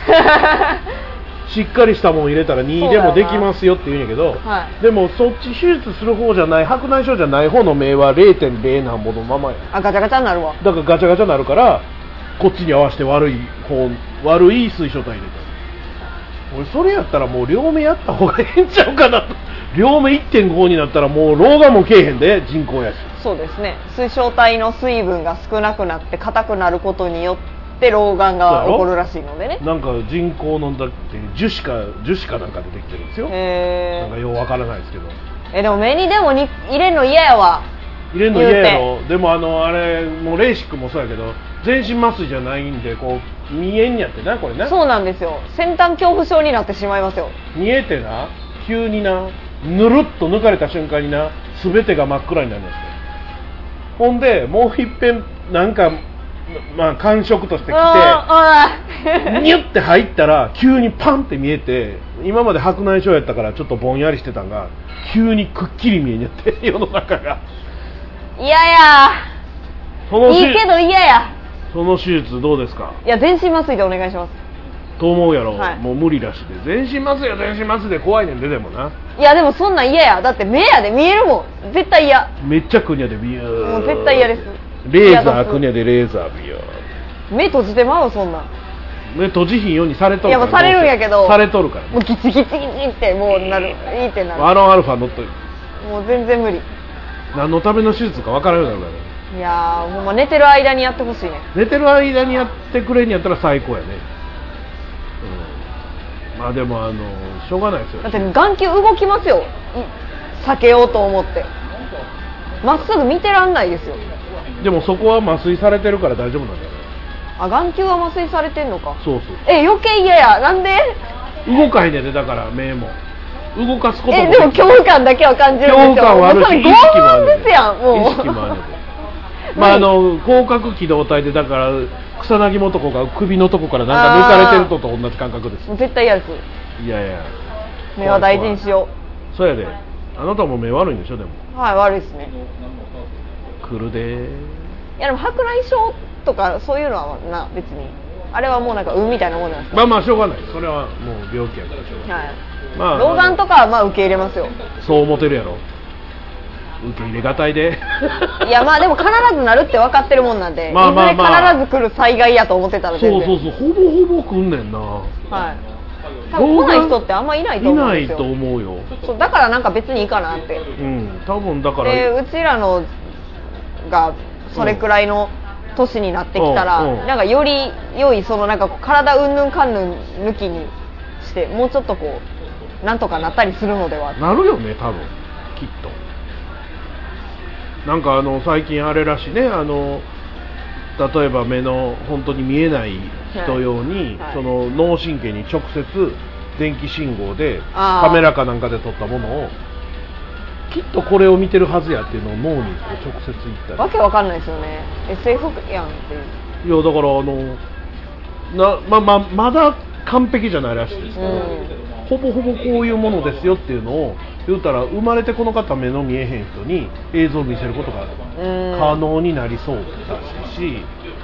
しっかりしたもん入れたらにでもできますよって言うんやけど、はい、でもそっち手術する方じゃない白内障じゃない方の目は れいてんれい なんぼのままや。 あガチャガチャになるわ。 だからガチャガチャになるからこっちに合わせて悪い方悪い水晶体入れた。俺それやったらもう両目やった方がええんちゃうかなと。両目 いってんご になったらもう老眼もけえへんで人工やし。 そうですね。水晶体の水分が少なくなって硬くなることによってで老眼が起こるらしいのでね。 なんか人工のだって樹脂か樹脂かなんかでできてるんですよ。へなんかようわからないですけど。 えでも目にでもに入れるの嫌やわ。 入れるの嫌やろ。でもあのあれもうレーシックもそうやけど全身麻酔じゃないんでこう見えんやってなこれね。 そうなんですよ。先端恐怖症になってしまいますよ。 見えてな急になぬるっと抜かれた瞬間にな全てが真っ暗になりますよ。ほんでもう一遍なんかまあ感触としてきてニュッて入ったら急にパンって見えて今まで白内障やったからちょっとぼんやりしてたんが急にくっきり見えにゃって世の中が嫌ややいいけど嫌や。 その手術どうですか。 いや全身麻酔でお願いしますと思うやろ、はい、もう無理らしいで全身麻酔や全身麻酔で怖いねんででもな。 いやでもそんなん嫌や。だって目やで見えるもん絶対嫌。 めっちゃくにゃでビューもう絶対嫌です。 レーザーくにゃでレーザービヨー目閉じてまうそんなん。 目閉じひんようにされとるから。 いやもうされるんやけどされとるから、ね、 もうギチギチギチってもうなるいいってなる。 アロンアルファ乗っとる。 もう全然無理。 何のための手術か分からんようになるから、ね、 いやーほんま寝てる間にやってほしいね。 寝てる間にやってくれんやったら最高やね、うん、まあでもあのしょうがないですよ。 だって眼球動きますよ避けようと思ってまっすぐ見てらんないですよ。 でもそこは麻酔されてるから大丈夫なんだよね。 あ眼球は麻酔されてんのか。 そうそう。 え余計嫌や。なんで動かへんねんで。だから目も動かすこともえでも恐怖感だけは感じるんですよ。 恐怖感はあるし意識もあるんですやんもう意識もあるまああの広角機動隊でだから草薙素子が首のとこからなんか抜かれてるのと同じ感覚です。 絶対嫌です。 いやいや目は大事にしよう。そうやで。あなたも目悪いんでしょでも。 はい悪いですね。 来るで。 いやでも白内障とかそういうのはな別にあれはもうなんか運みたいなもんなんですか。 まあまあしょうがない。それはもう病気やからしょうがない。はい。 まあ老眼とかはまあ受け入れますよ。 そう思ってるやろ。受け入れがたいで。 いやまあでも必ずなるって分かってるもんなんで、まあまあまあ、いずれ必ず来る災害やと思ってたら全然。 そうそうそうほぼほぼ来んねんな。はい。 多分来ない人ってあんまいないと思うんですよ。 いないと思うよ。 そうだからなんか別にいいかなって。 うん多分だから。 でうちらのがそれくらいの年になってきたら、うんうん、なんかより良いそのなんか体うんぬんかんぬん抜きにしてもうちょっとこうなんとかなったりするのでは。 なるよね多分きっと。なんかあの最近あれらしいねあの例えば目の本当に見えない人用に、はいはい、その脳神経に直接電気信号でカメラかなんかで撮ったものをきっとこれを見てるはずやっていうのを脳に直接言ったり。 わけわかんないですよね エスエフ やんっていう。 いやだからあのな、まままだ完璧じゃないらしいですから、うん、ほぼほぼこういうものですよっていうのを言うたら生まれてこの方目の見えへん人に映像を見せることが可能になりそうだし、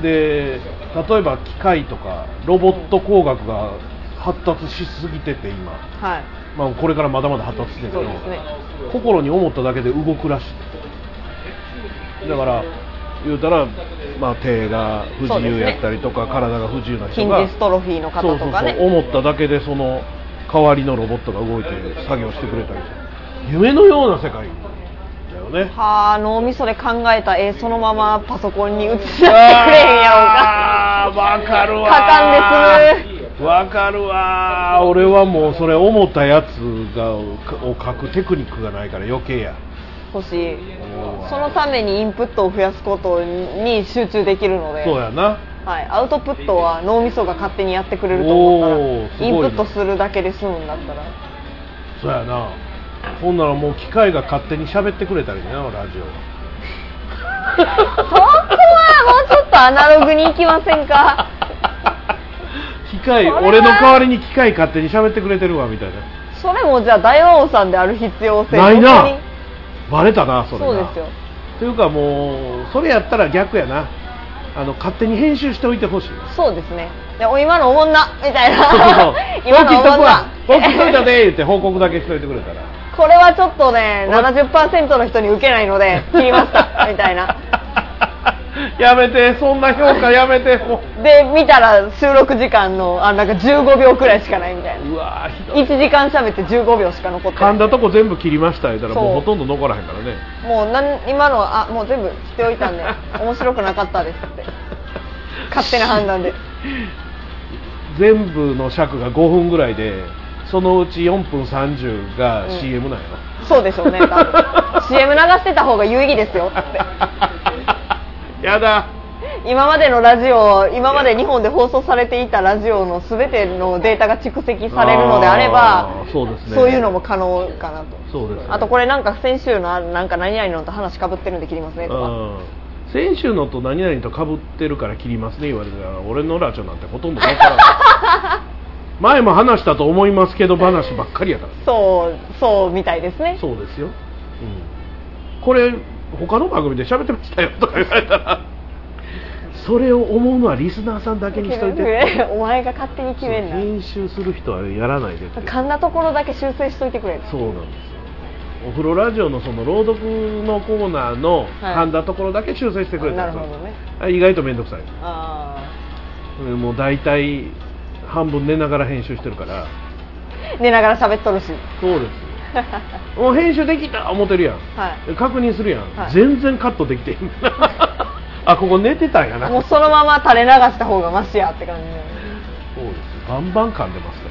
で例えば機械とかロボット工学が発達しすぎてて今、はい、まあ、これからまだまだ発達してるけど、ね、心に思っただけで動くらしい。だから言うたら、まあ、手が不自由やったりとか、ね、体が不自由な人が筋ジストロフィーの方とかね、そうそうそう、 思っただけでその代わりのロボットが動いて作業してくれたりする夢のような世界だよね。 はあ、脳みそで考えた絵そのままパソコンに映し出してくれへんやろうか。 あー、わかるわー。 かかんです。 わかるわー。俺はもうそれ思ったやつがを書くテクニックがないから余計や。 欲しい。そのためにインプットを増やすことに集中できるので。 そうやな。 はい、アウトプットは脳みそが勝手にやってくれると思ったら、インプットするだけで済むんだったら。 そうやな。ほんならもう機械が勝手に喋ってくれたりね、ラジオ。 そこはもうちょっとアナログに行きませんか。 機械、俺の代わりに機械勝手に喋ってくれてるわみたいな。 それもじゃあ大魔王さんである必要性ないな。バレたな、それな。 そうですよ。 というかもうそれやったら逆やな。あの勝手に編集しておいてほしい。 そうですね。で今のおもんなみたいな。 そうそう今のおもんな。 大きいといたで言って報告だけしといてくれたら。 これはちょっとね ななじゅっパーセント の人に受けないので切りましたみたいな。 やめて、そんな評価やめて。 で見たら収録時間のあなんかじゅうごびょうくらいしかないみたいな。 うわひどい。 いちじかん喋ってじゅうごびょうしか残ってない。 噛んだとこ全部切りました言ったらもうほとんど残らへんからね。 もうなん今のはあもう全部しておいたんで面白くなかったですって勝手な判断で。 全部の尺がごふんぐらいでそのうちよんぷんさんじゅうが シーエム なんやろ、 うん、そうでしょうね多分シーエム 流してた方が有意義ですよってやだ。 今までのラジオ今まで日本で放送されていたラジオの全てのデータが蓄積されるのであればそうですね、 そういうのも可能かなと。 そうですね、 あとこれなんか先週のなんか何々のと話かぶってるんで切りますねとか、 先週のと何々とかぶってるから切りますね言われたら俺のラジオなんてほとんど分からない前も話したと思いますけど話ばっかりやから。 そうそうみたいですね。 そうですよ、うん、これ他の番組で喋ってましたよとか言われたらそれを思うのはリスナーさんだけにしといてお前が勝手に決めんな。 編集する人はやらないでって。 噛んだところだけ修正しといてくれ。 そうなんですよ。お風呂ラジオのその朗読のコーナーの噛んだところだけ修正してくれた、 はい、なるほどね。 意外と面倒くさい。 あもう大体半分寝ながら編集してるから寝ながら喋っとるし。 そうですもう編集できた思ってるやん、はい、確認するやん、はい、全然カットできてんあここ寝てたんやな。 もうそのまま垂れ流した方がマシやって感じ。 そうです。バンバン噛んでますから。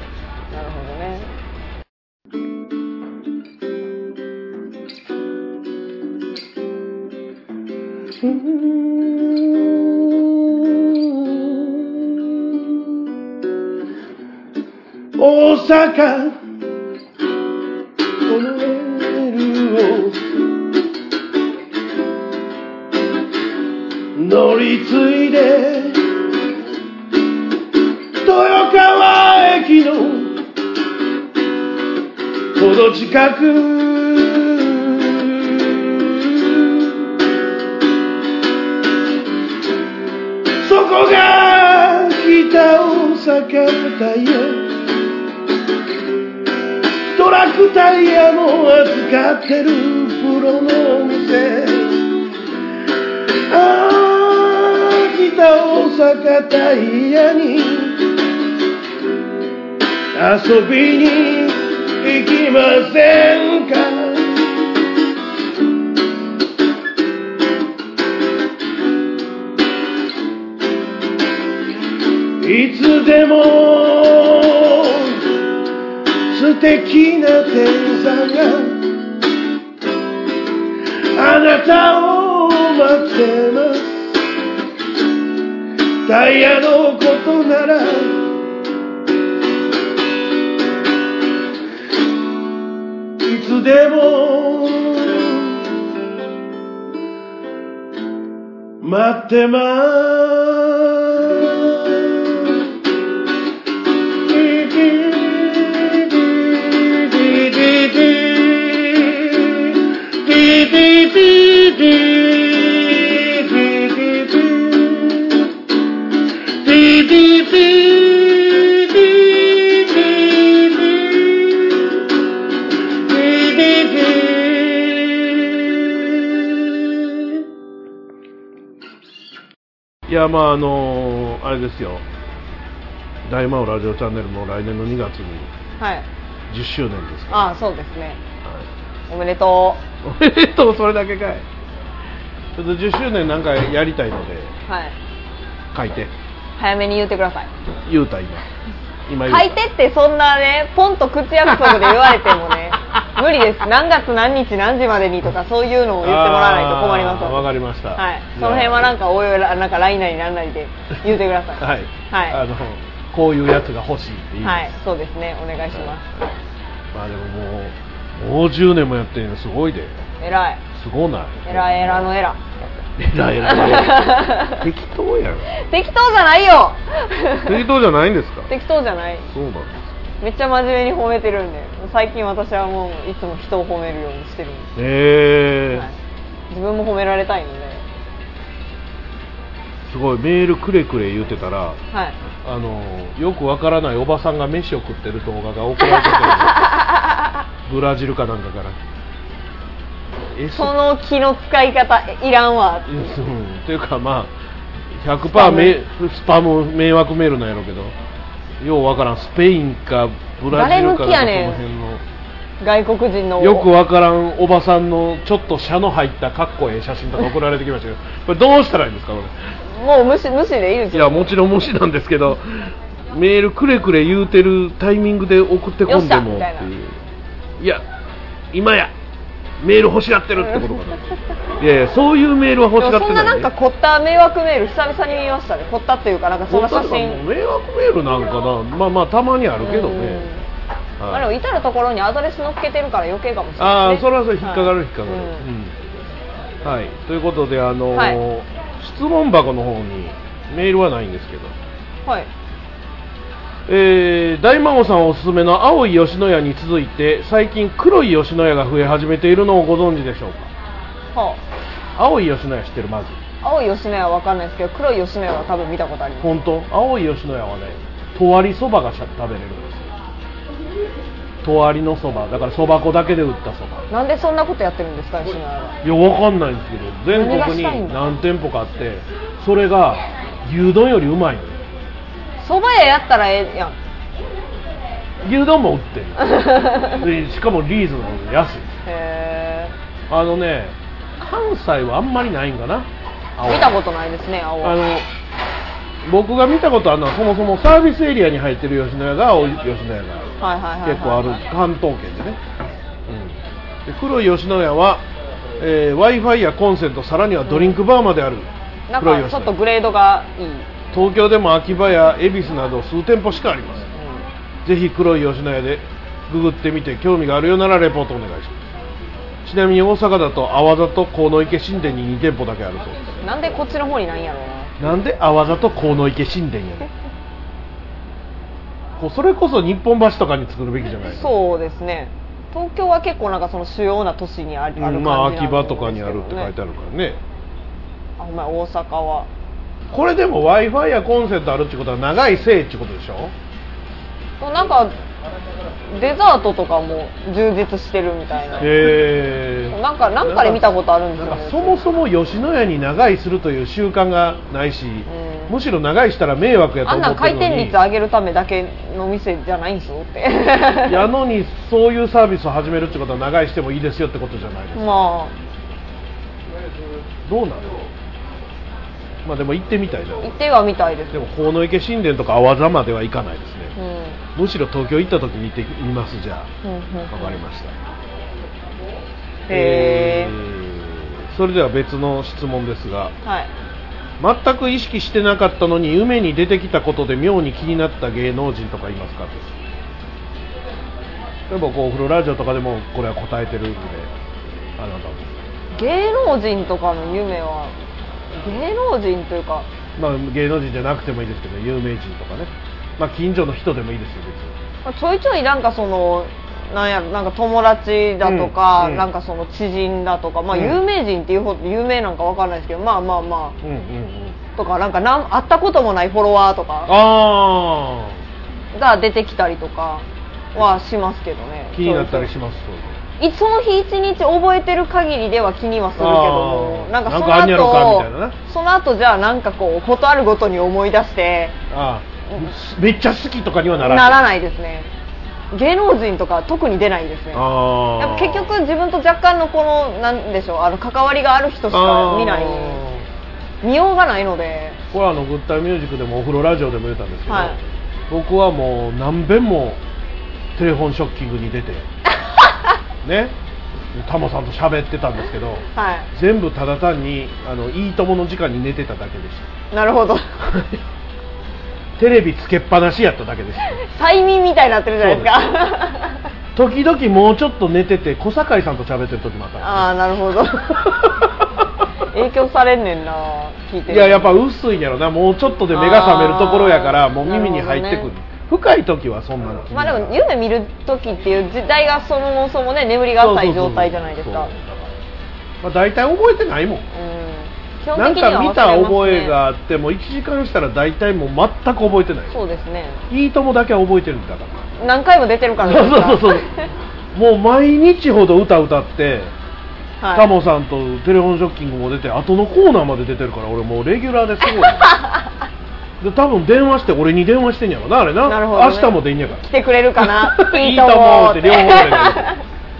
なるほどね。 大阪このメールを乗り継いで豊川駅のほど近くそこが北大阪だよ。トラックタイヤも扱ってるプロのお店。ああ北大阪タイヤに遊びに行きませんか。いつでも素敵な店員さんがあなたを待ってます。タイヤのことならいつでも待ってますいやまああのー、あれですよ、大魔王ラジオチャンネルも来年のにがつにじゅっしゅうねんですから、 はい、ああそうですね、はい、おめでとうおめでとう、それだけかい。ちょっとじゅっしゅうねんなんかやりたいので、はい、書いて早めに言ってください。 言うた今今言うた書いてってそんなねポンと口約束で言われてもね無理です。何月何日何時までにとかそういうのを言ってもらわないと困ります。 わかりました、 はい、その辺はなんかおいおいなんか ライン なりなんなりで言ってくださいはい、はい、あのこういうやつが欲しいっていう、 はい、そうですね、お願いします、はい、 まあでももうもうじゅうねんもやってるのすごいで。 偉い、 すごない。 偉い偉の偉偉い偉い適当やろ。 適当じゃないよ適当じゃないんですか。 適当じゃない。 そうなんです。 めっちゃ真面目に褒めてるんで、最近私はもういつも人を褒めるようにしてるんです。 へえー、はい、 自分も褒められたいので。 すごいメールくれくれ言ってたら、はい、あのよくわからないおばさんが飯を食ってる動画が送られてくるブラジルかなんかから。 えその気の使い方いらんわっていう、 うん、っていうかまあ ひゃくパーセント スパム迷惑メールなんやろうけど、ようわからんスペインかブラジルかなんかその辺の外国人のよくわからんおばさんのちょっと車の入ったかっこええ写真とか送られてきましたけどこれどうしたらいいんですかこれ。 もう無視無視でいいですよ。 いやもちろん無視なんですけどメールくれくれ言うてるタイミングで送ってこんでもっていう。いや今やメール欲しがってるってことかな。いやいやそういうメールは欲しがってない、ね、 そんななんか凝った迷惑メール久々に見ましたね。凝ったっていうかなんかそんな写真迷惑メールなんかな。まあまあたまにあるけどね、 はい、あれも至るところにアドレス載っけてるから余計かもしれない、ね、 ああそれはそれ引っかかる引っかかる、はい、うんうん、はい、ということであのーはい、質問箱の方にメールはないんですけど、はい、えー、大魔王さんおすすめの青い吉野家に続いて最近黒い吉野家が増え始めているのをご存知でしょうか。はあ、青い吉野家知ってる。まず青い吉野家は分かんないですけど黒い吉野家は多分見たことあります。 本当。青い吉野家はねとわりそばが食べれるんですよ。とわりのそばだからそば粉だけで売ったそば。 なんでそんなことやってるんですか吉野家は。 いや分かんないんですけど全国に何店舗かあってそれが牛丼よりうまいの。 蕎麦屋やったらええやん。 牛丼も売ってるでしかもリーズナブルで安い。へー。あのね関西はあんまりないんかな。 見たことないですね青。 あの僕が見たことあるのはそもそもサービスエリアに入ってる吉野家が青い吉野家が結構ある関東圏でね、うん、で黒い吉野家は、えー、Wi-Fi やコンセントさらにはドリンクバーまである、 うん、なんかちょっとグレードがいい。 東京でも秋葉や恵比寿など数店舗しかあります、うん、ぜひ黒い吉野家でググってみて興味があるようならレポートお願いします。ちなみに大阪だと阿波座と鴻池新田にに店舗だけあるそうです。 なんでこっちの方にないんやろうな。 なんで阿波座と鴻池新田やねんそれこそ日本橋とかに作るべきじゃないですか。 そうですね。東京は結構なんかその主要な都市にある感じなんですけど、ね、 まあ秋葉とかにあるって書いてあるからね。 あ、お前大阪はこれでも Wi-Fi やコンセントあるってことは長いせいってことでしょ。 なんかデザートとかも充実してるみたいな。へー。なんかなんかで見たことあるんですよね。 そもそも吉野家に長居するという習慣がないし、うん、むしろ長居したら迷惑やと思ってるのに。 あんな回転率上げるためだけの店じゃないんですよってやのにそういうサービスを始めるってことは長居してもいいですよってことじゃないですか。まあどうなの。まあでも行ってみたいな。 行ってはみたいです。 でも鴻池新田とか阿波座までは行かないですね、うん、むしろ東京行った時に行ってみます。じゃあ、うんうん、分かりました。へえー、それでは別の質問ですが、はい、全く意識してなかったのに夢に出てきたことで妙に気になった芸能人とかいますか。例えばこうお風呂ラジオとかでもこれは答えてるんで、あなたも芸能人とかの夢は芸能人というか、 まあ、芸能人じゃなくてもいいですけど有名人とかね、まあ、近所の人でもいいですよ別に、 まあ、ちょいちょいなんかそのなんやなんか友達だとか、うんうん、なんかその知人だとか、まあ、有名人っていうほど有名なんかわかんないですけど、まあまあまあ、うんうんうん、とかなんかなん会ったこともないフォロワーとかが出てきたりとかはしますけどね。 気になったりします。 その日一日覚えてる限りでは気にはするけども、なんかそのなんかあんやろかみたいなな。 その後じゃあなんかこうことあるごとに思い出して、 ああめっちゃ好きとかにはならない。 ならないですね。芸能人とか特に出ないですね。あやっぱ結局自分と若干のこのなんでしょう、あの関わりがある人しか見ない、見ようがないので。 これはあのグッタイミュージックでもお風呂ラジオでも言ったんですけど、 はい、 僕はもう何遍もテレフォンショッキングに出てね、タモさんと喋ってたんですけど、はい、全部ただ単にあのいいともの時間に寝てただけでした。 なるほどテレビつけっぱなしやっただけです。 催眠みたいになってるじゃないですか時々もうちょっと寝てて小堺さんと喋ってる時もあったんです、ね、 ああなるほど影響されんねんな、聞いてる。 いややっぱ薄いんやろな、もうちょっとで目が覚めるところやからもう耳に入ってくる、ね、深い時はそんなの。 まあでも夢見る時っていう時代がそもそもね眠りが浅い状態じゃないですか。 まあ大体覚えてないもん、うん、基本的には忘れますね。なんか見た覚えがあってもいちじかんしたら大体もう全く覚えてない。 そうですね。 いいともだけは覚えてるんだから。 何回も出てるからですか。 そうそうそうもう毎日ほど歌歌ってはい、タモさんとテレフォンショッキングも出て後のコーナーまで出てるから俺もうレギュラーですごいで多分電話して俺に電話してんやろなあれ な, なるほど、ね、明日も出んやから来てくれるかないいと思うって両方でな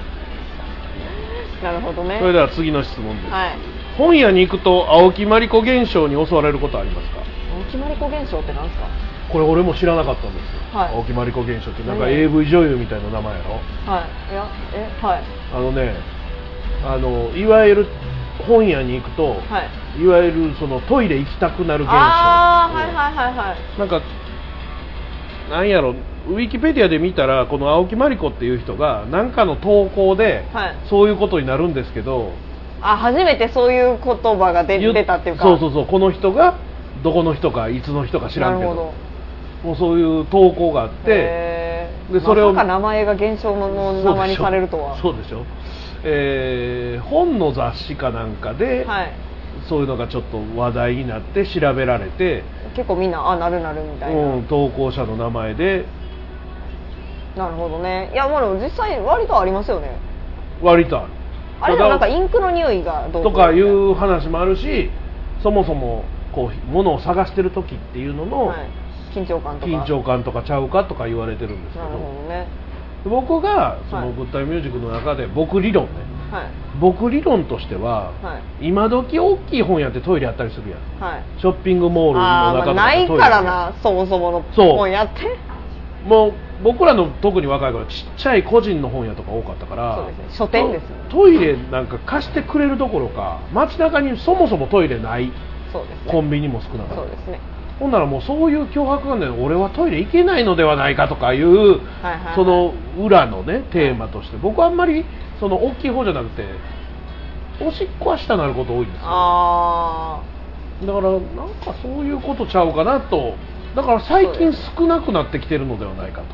るほどね。 それでは次の質問です、 はい、 本屋に行くと青木まりこ現象に襲われることありますか？ 青木まりこ現象って何ですか？ これ俺も知らなかったんですよ、はい、青木まりこ現象ってなんか エーブイ 女優みたいな名前やろ。 はいいやえはいあのねあのいわゆる本屋に行くと、はい、いわゆるそのトイレ行きたくなる現象。 ああ、はいはいはいはい。 なんかなんやろウィキペディアで見たらこの青木まりこっていう人が何かの投稿で、はい、そういうことになるんですけど、 あ初めてそういう言葉が出出たっていうか。 そうそうそうこの人がどこの人かいつの人か知らんけど、なるほどもうそういう投稿があってでそれをまさか名前が現象の名前にされるとは。 そうでしょ。えー、本の雑誌かなんかで、はい、そういうのがちょっと話題になって調べられて結構みんなあなるなるみたいな、 うん、投稿者の名前で。 なるほどね。いやまあでも実際割とありますよね。 割とある。 あれはなんかインクの匂いがどうとかいう話もあるしそもそもこう物を探してる時っていうのの、はい、 緊張感とか緊張感とかちゃうかとか言われてるんですけど。 なるほどね。 僕がそのグッタイミュージックの中で僕理論ね、はい、僕理論としては、はい、今時大きい本屋ってトイレあったりするやん、はい、ショッピングモールの中とかないからなそもそもの本屋ってもう僕らの特に若い頃ちっちゃい個人の本屋とか多かったからそうですね書店です、ね、 トイレなんか貸してくれるどころか街中にそもそもトイレないそうです、ね、 コンビニも少なかったそうですね。 ほんならもうそういう脅迫観念俺はトイレ行けないのではないかとかいう、はいはいはい、その裏のねテーマとして僕はあんまりその大きい方じゃなくておしっこはしたなること多いんですよ。 あだからなんかそういうことちゃうかなと。だから最近少なくなってきてるのではないかと。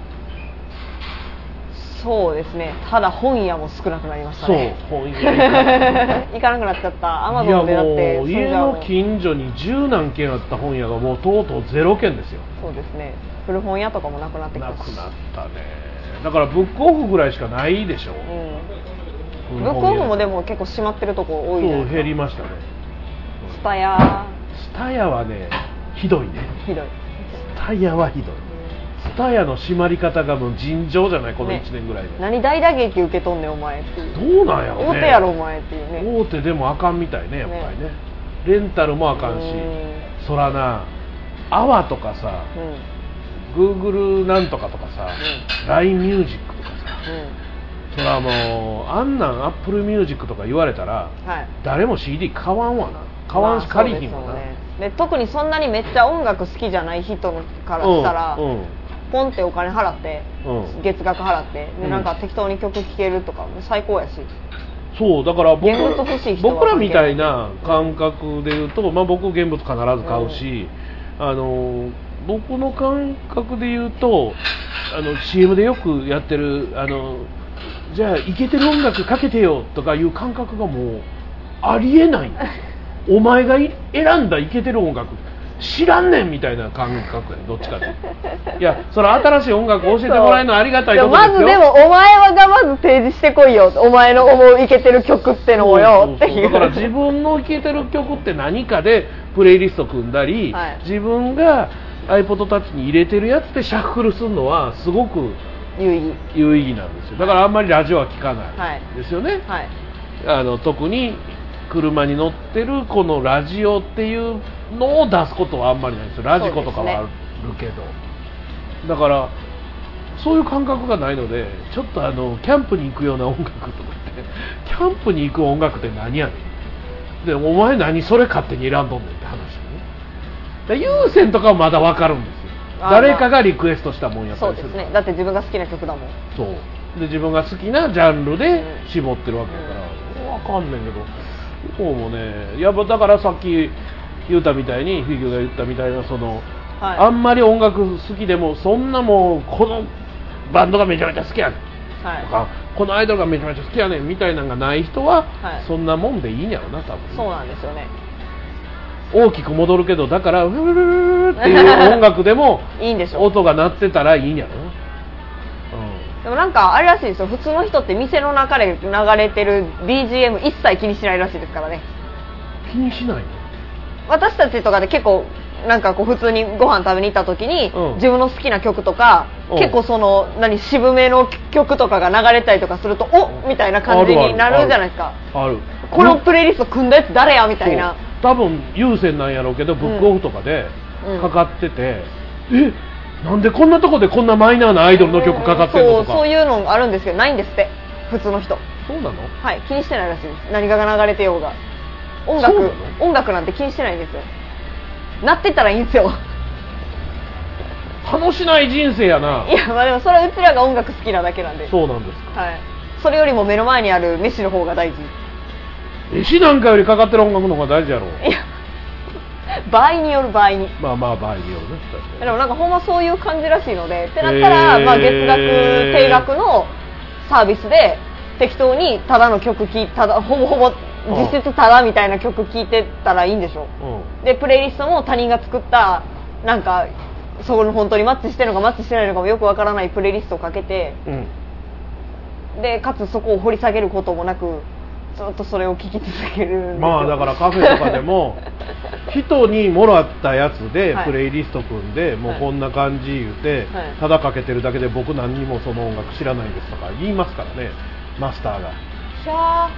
そうですね。ただ本屋も少なくなりましたね。 そう本屋行かなくなっちゃった。アマゾンでだって家の近所に十何軒あった本屋がもうとうとうゼロ軒ですよ。 そうですね。古本屋とかもなくなってきたし。 なくなったね。だからブックオフぐらいしかないでしょ。 うん、ブックオフもでも結構閉まってるとこ多いじゃないですか。 そう減りましたね。 スタヤスタヤはねひどいね。 ひどい。 スタヤはひどい。スタヤの閉まり方がもう尋常じゃないこのいちねんぐらいで、ね、 何大打撃受けとんねんお前っていう。 どうなんやろね。 大手やろお前っていうね。 大手でもあかんみたいねやっぱりね。ねレンタルもあかんし、そらなアワとかさ、うん、Google なんとかとかさ、うん、ライン ミュージックとかさ、うん、そらもうあんなん Apple ミュージックとか言われたら、はい、誰も シーディー 買わんわな。買わんし、まあ、借りひんわな。 で特にそんなにめっちゃ音楽好きじゃない人からしたら、うんうんポンってお金払って、うん、月額払ってでなんか適当に曲聴けるとかも最高やし。 そうだから 僕, 僕らみたいな感覚でいうと、まあ、僕現物必ず買うし、うん、あの僕の感覚でいうとあの シーエム でよくやってるあのじゃあイケてる音楽かけてよとかいう感覚がもうありえないんですよお前が選んだイケてる音楽知らんねんみたいな感覚やどっちかでいやそれ新しい音楽教えてもらえるのはありがたいことですよ。 まずでもお前はがまず提示してこいよ、お前の思うイケてる曲ってのをよっていう。 だから自分のイケてる曲って何かでプレイリスト組んだり、はい、自分が iPod Touch に入れてるやつでシャッフルするのはすごく有意義有意義なんですよ。だからあんまりラジオは聞かないですよね、はいはい、あの特に車に乗ってるこのラジオっていうのを出すことはあんまりないんですよ。ラジコとかはあるけど、だからそういう感覚がないので、ちょっとあのキャンプに行くような音楽とかってキャンプに行く音楽って何やねんで、お前何それ勝手に選んどんねんって話ね。有線とかはまだ分かるんですよ。誰かがリクエストしたもんやったりする。 そうですね、だって自分が好きな曲だもん。 そうで自分が好きなジャンルで絞ってるわけだから、うん、分かんねんけど、こうもね、やっぱだからさっき言ったみたいにフィギュアが言ったみたいなその、はい、あんまり音楽好きでもそんなもうこのバンドがめちゃめちゃ好きやねん、はい、とかこのアイドルがめちゃめちゃ好きやねんみたいなのがない人は、はい、そんなもんでいいんやろな多分。 そうなんですよね。 大きく戻るけど、だからウルルルルっていう音楽でもいいんでしょ、 音が鳴ってたらいいんやろな、 うん、でもなんかあれらしいですよ、普通の人って店の中で流れてる ビージーエム 一切気にしないらしいですからね。 気にしないの？ 私たちとかで結構なんかこう普通にご飯食べに行った時に、うん、自分の好きな曲とか、うん、結構その何渋めの曲とかが流れたりとかすると、おっみたいな感じになるじゃないですか。 あるある、 このプレイリスト組んだやつ誰やみたいな。 多分有線なんやろうけどブックオフとかでかかってて、うんうん、えなんでこんなとこでこんなマイナーなアイドルの曲かかってるのとか、 そう、そういうのあるんですけどないんですって普通の人。 そうなの？ はい、気にしてないらしいです。何が流れてようが音楽音楽なんて気にしてないんですよ。なってたらいいんですよ。 楽しない人生やな。 いやまあでもそれはうちらが音楽好きなだけなんで。 そうなんですか。 はい、それよりも目の前にある飯の方が大事。 飯なんかよりかかってる音楽の方が大事やろ。いや場合による場合に、 まあまあ場合によるね。 でもなんかほんまそういう感じらしいので、ってなったら、えーまあ、月額定額のサービスで適当にただの曲聴いただほぼほぼ実質ただみたいな曲聴いてたらいいんでしょ、うん、でプレイリストも他人が作ったなんかそこの本当にマッチしてるのかマッチしてないのかもよくわからないプレイリストをかけて、うん、でかつそこを掘り下げることもなくずっとそれを聞き続けるんですよ。 まあだからカフェとかでも人にもらったやつでプレイリスト組んで、はい、もうこんな感じ言うて、はい、ただかけてるだけで僕何にもその音楽知らないですとか言いますからねマスターが。 ひゃ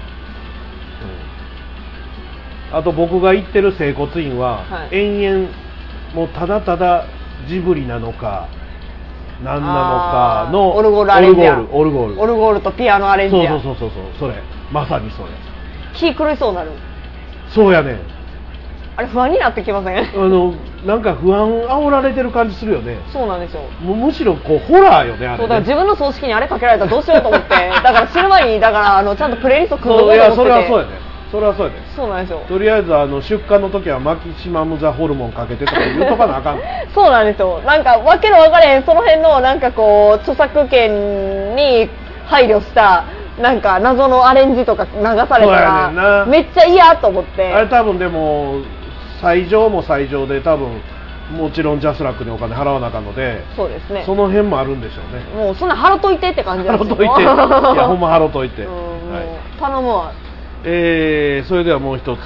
ー、うん、あと僕が行ってる整骨院は、はい、延々もうただただジブリなのか何なのかのオルゴールアレンジやオルゴールオルゴールとピアノアレンジや。 そうそうそうそうそれまさにそれ。 気狂いそうなる。 そうやね。 あれ不安になってきません？ あのなんか不安煽られてる感じするよね。 そうなんですよ。 もうむしろこうホラーよねあれね。 そうだから自分の葬式にあれかけられたらどうしようと思ってだから死ぬ前にだからあのちゃんとプレイリスト組んどこうと思ってて。 それはそうやね。それはそうやね。 そうなんですよ。 とりあえずあの出荷の時はマキシマムザホルモンかけてとか言うとかなあかんそうなんですよ。なんかわけの分かれへんその辺のなんかこう著作権に配慮したなんか謎のアレンジとか流されたらめっちゃ嫌と思って。 あれ多分でも最上も最上で多分もちろんジャスラックにお金払わなあかんので、 そうですね。 その辺もあるんでしょうね。 もうそんな払っといてって感じなんですよ。払っといて。いやほんま払っといて。うん、 はい、頼むわ。 えー、それではもう一つ。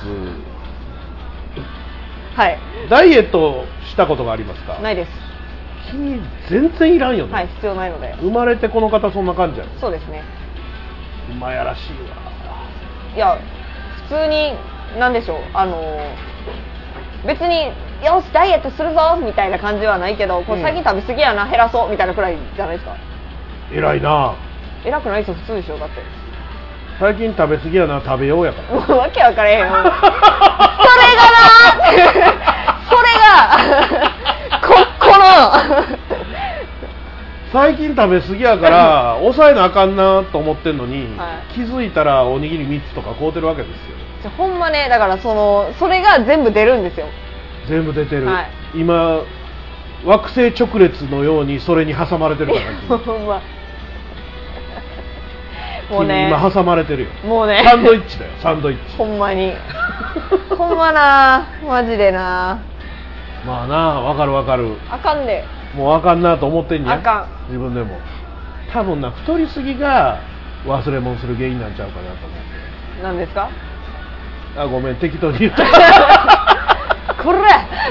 はい。 ダイエットしたことがありますか？ ないです。 君全然いらんよね。 はい、必要ないので。 生まれてこの方そんな感じやろ。 そうですね。 馬やらしいわ。 いや普通に何でしょうあの別によしダイエットするぞみたいな感じはないけど、こう最近食べ過ぎやな減らそうみたいなくらいじゃないですか。 偉いな。 偉くないですよ普通でしょだって。 最近食べ過ぎやな食べようやから。 もうわけわからへんよ。それがなそれがここの最近食べ過ぎやから抑えなあかんなと思ってんのに、はい、気づいたらおにぎりみっつとか買うてるわけですよ。 じゃほんまねだからそのそれが全部出るんですよ。 全部出てる、はい、今惑星直列のようにそれに挟まれてるからほんまもうね今挟まれてるよ。 もうねサンドイッチだよサンドイッチ。 ほんまにほんまなマジでな。 まあな、分かる分かる。 あかんで、 もうあかんなと思ってんねや。 あかん、 自分でも。多分な、太りすぎが忘れ物する原因なんちゃうかなと思って。 何ですか？ あ、ごめん、適当に言ったこれ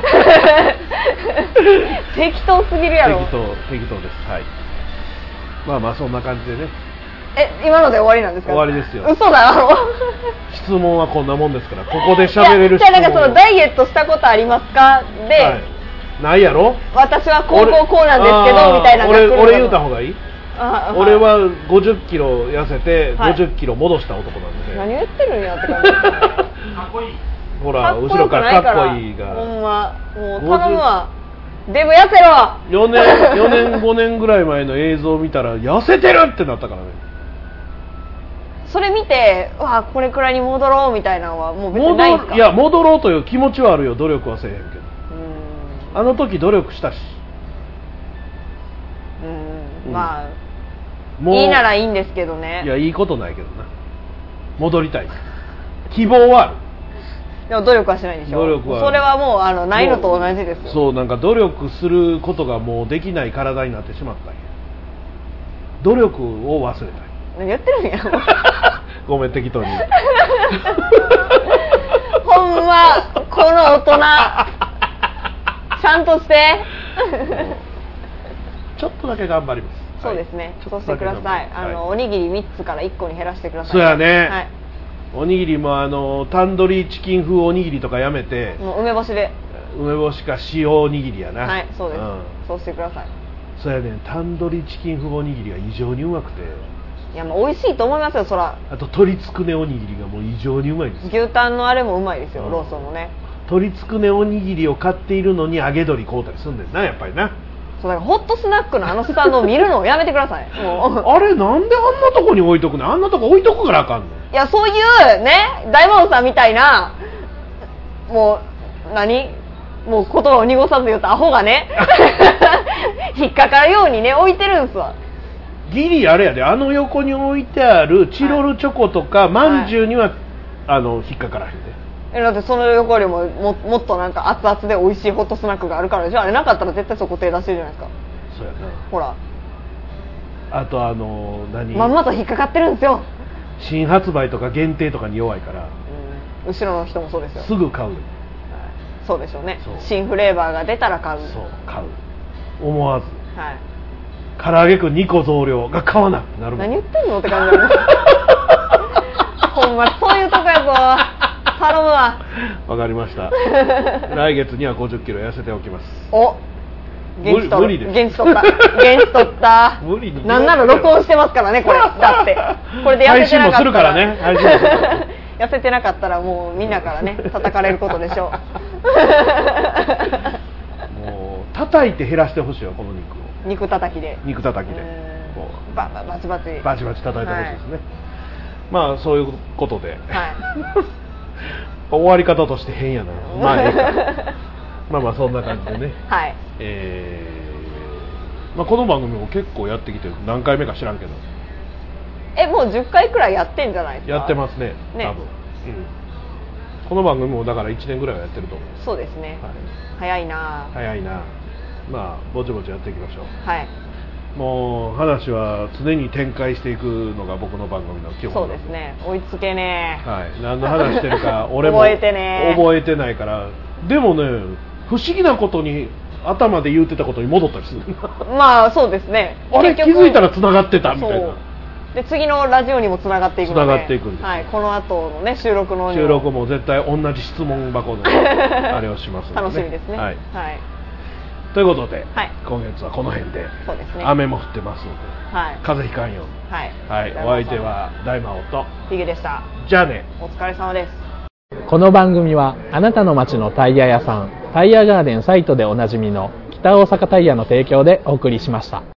適当すぎるやろ。 適当、適当です。はい。まあまあそんな感じでね。 え、今ので終わりなんですか？ 終わりですよ。 嘘だろ。 質問はこんなもんですから、ここで喋れる質問。 じゃあなんかそのダイエットしたことありますかで、 はい、ないやろ。 私はこうこうこうなんですけどみたいなのが来るの。 俺、俺言うた方がいい？ あ、 俺はごじゅっキロ痩せてはい、 ごじゅっキロ戻した男なんで、 何言ってるんやって感じ。かっこいい。ほら、後ろからかっこいいが。 ほんま、もう頼むわ。デブ痩せろ。 よねん、よねん、ごねんぐらい前の映像を見たら痩せてるってなったからね。 それ見て、うわ、これくらいに戻ろうみたいなのはもう別にないですか？ いや、戻ろうという気持ちはあるよ。努力はせえへんけど。 うん、 あの時努力したし。 うん、まあもういいならいいんですけどね。 いや、いいことないけどな。戻りたい。希望はある。 でも努力はしないでしょ。 努力はそれはもうあのないのと同じですよ。 そう、なんか努力することがもうできない体になってしまったんや。努力を忘れたい。 何やってるんや。 ごめん、適当に。 ほんまこの大人ちゃんとしてちょっとだけ頑張ります。 そうですね、 はい、 そうしてください。あの、はい、おにぎりみっつからいっこに減らしてください。 そうやね、 はい、 おにぎりもあのタンドリーチキン風おにぎりとかやめて、 もう梅干しで、 梅干しか塩おにぎりやな。 はい、そうです、うん、そうしてください。 そうやね、タンドリーチキン風おにぎりが異常にうまくて、 いや、もう美味しいと思いますよ、そら。 あと鶏つくねおにぎりがもう異常にうまいです。 牛タンのあれもうまいですよ、うん、ローソンのね。 鶏つくねおにぎりを買っているのに揚げ鶏買うたりすんねんな、やっぱりな。 そうだからホットスナックのあのスタンドを見るのをやめてください。もうあれなんであんなとこに置いとくの？あんなとこ置いとくからあかんの。 いや、そういうね、大門さんみたいな、もう何もう言葉を濁さず言ったアホがね引っかかるようにね置いてるんすわ。 ギリあれやで、あの横に置いてあるチロルチョコとか、はい、まんじゅうには、はい、あの引っかからへんで。 え、だってその横よりも も, もっとなんか熱々で美味しいホットスナックがあるからでしょ。あれなかったら絶対そこ手出してるじゃないですか。 そうやな。 ほら、 あとあの何まんまと引っかかってるんですよ。 新発売とか限定とかに弱いから、 うん、後ろの人もそうですよ。 すぐ買う、はい、 そうでしょうね。新フレーバーが出たら買う。 そう、買う、思わず、 はい、 唐揚げくんにこ増量が買わなくなるもん。 何言ってんのって感じなんですほんまそういうとこやぞ、頼むわ。 わかりました来月にはごじゅっキロ痩せておきます。 お、元気取無理です。 元気取った元気取った無理になんなら録音してますからね、これ。だってこれで痩せてなかったら配信もするからね、配信もするから痩せてなかったらもうみんなからね叩かれることでしょうもう叩いて減らしてほしいわ、この肉を。 肉叩きで肉叩きでこうバババチバチバチバチ叩いてほしいですね、はい、まあそういうことで、はい終わり方として変やな。まあええかまあまあそんな感じでね、 はい、 えーまあ、この番組も結構やってきて何回目か知らんけど、 えもうじゅっかいくらいやってんじゃないですか。 やってますね、 ね、 多分、うん、この番組もだからいちねんぐらいはやってると思う。 そうですね、はい、早いな早いな。まあぼちぼちやっていきましょう。 はい、 もう話は常に展開していくのが僕の番組の基本。 そうですね、追いつけねえ、はい、何の話してるか俺も覚えてね覚えてないから。でもね、不思議なことに頭で言ってたことに戻ったりするまあそうですね、 あれ気づいたらつながってたみたいな。 で次のラジオにもつながっていくので、 つながっていくんです、 はい、この後のね収録の収録も絶対同じ質問箱のあれをしますので、ね、 楽しみですね、はい、はい、 ということで、 はい、 今月はこの辺で、 そうですね、 雨も降ってますので、はい、風邪ひかんように、 はいはい、お相手は大魔王とヒゲでした。 じゃあね、 お疲れ様です。 この番組はあなたの街のタイヤ屋さんタイヤガーデンサイトでおなじみの北大阪タイヤの提供でお送りしました。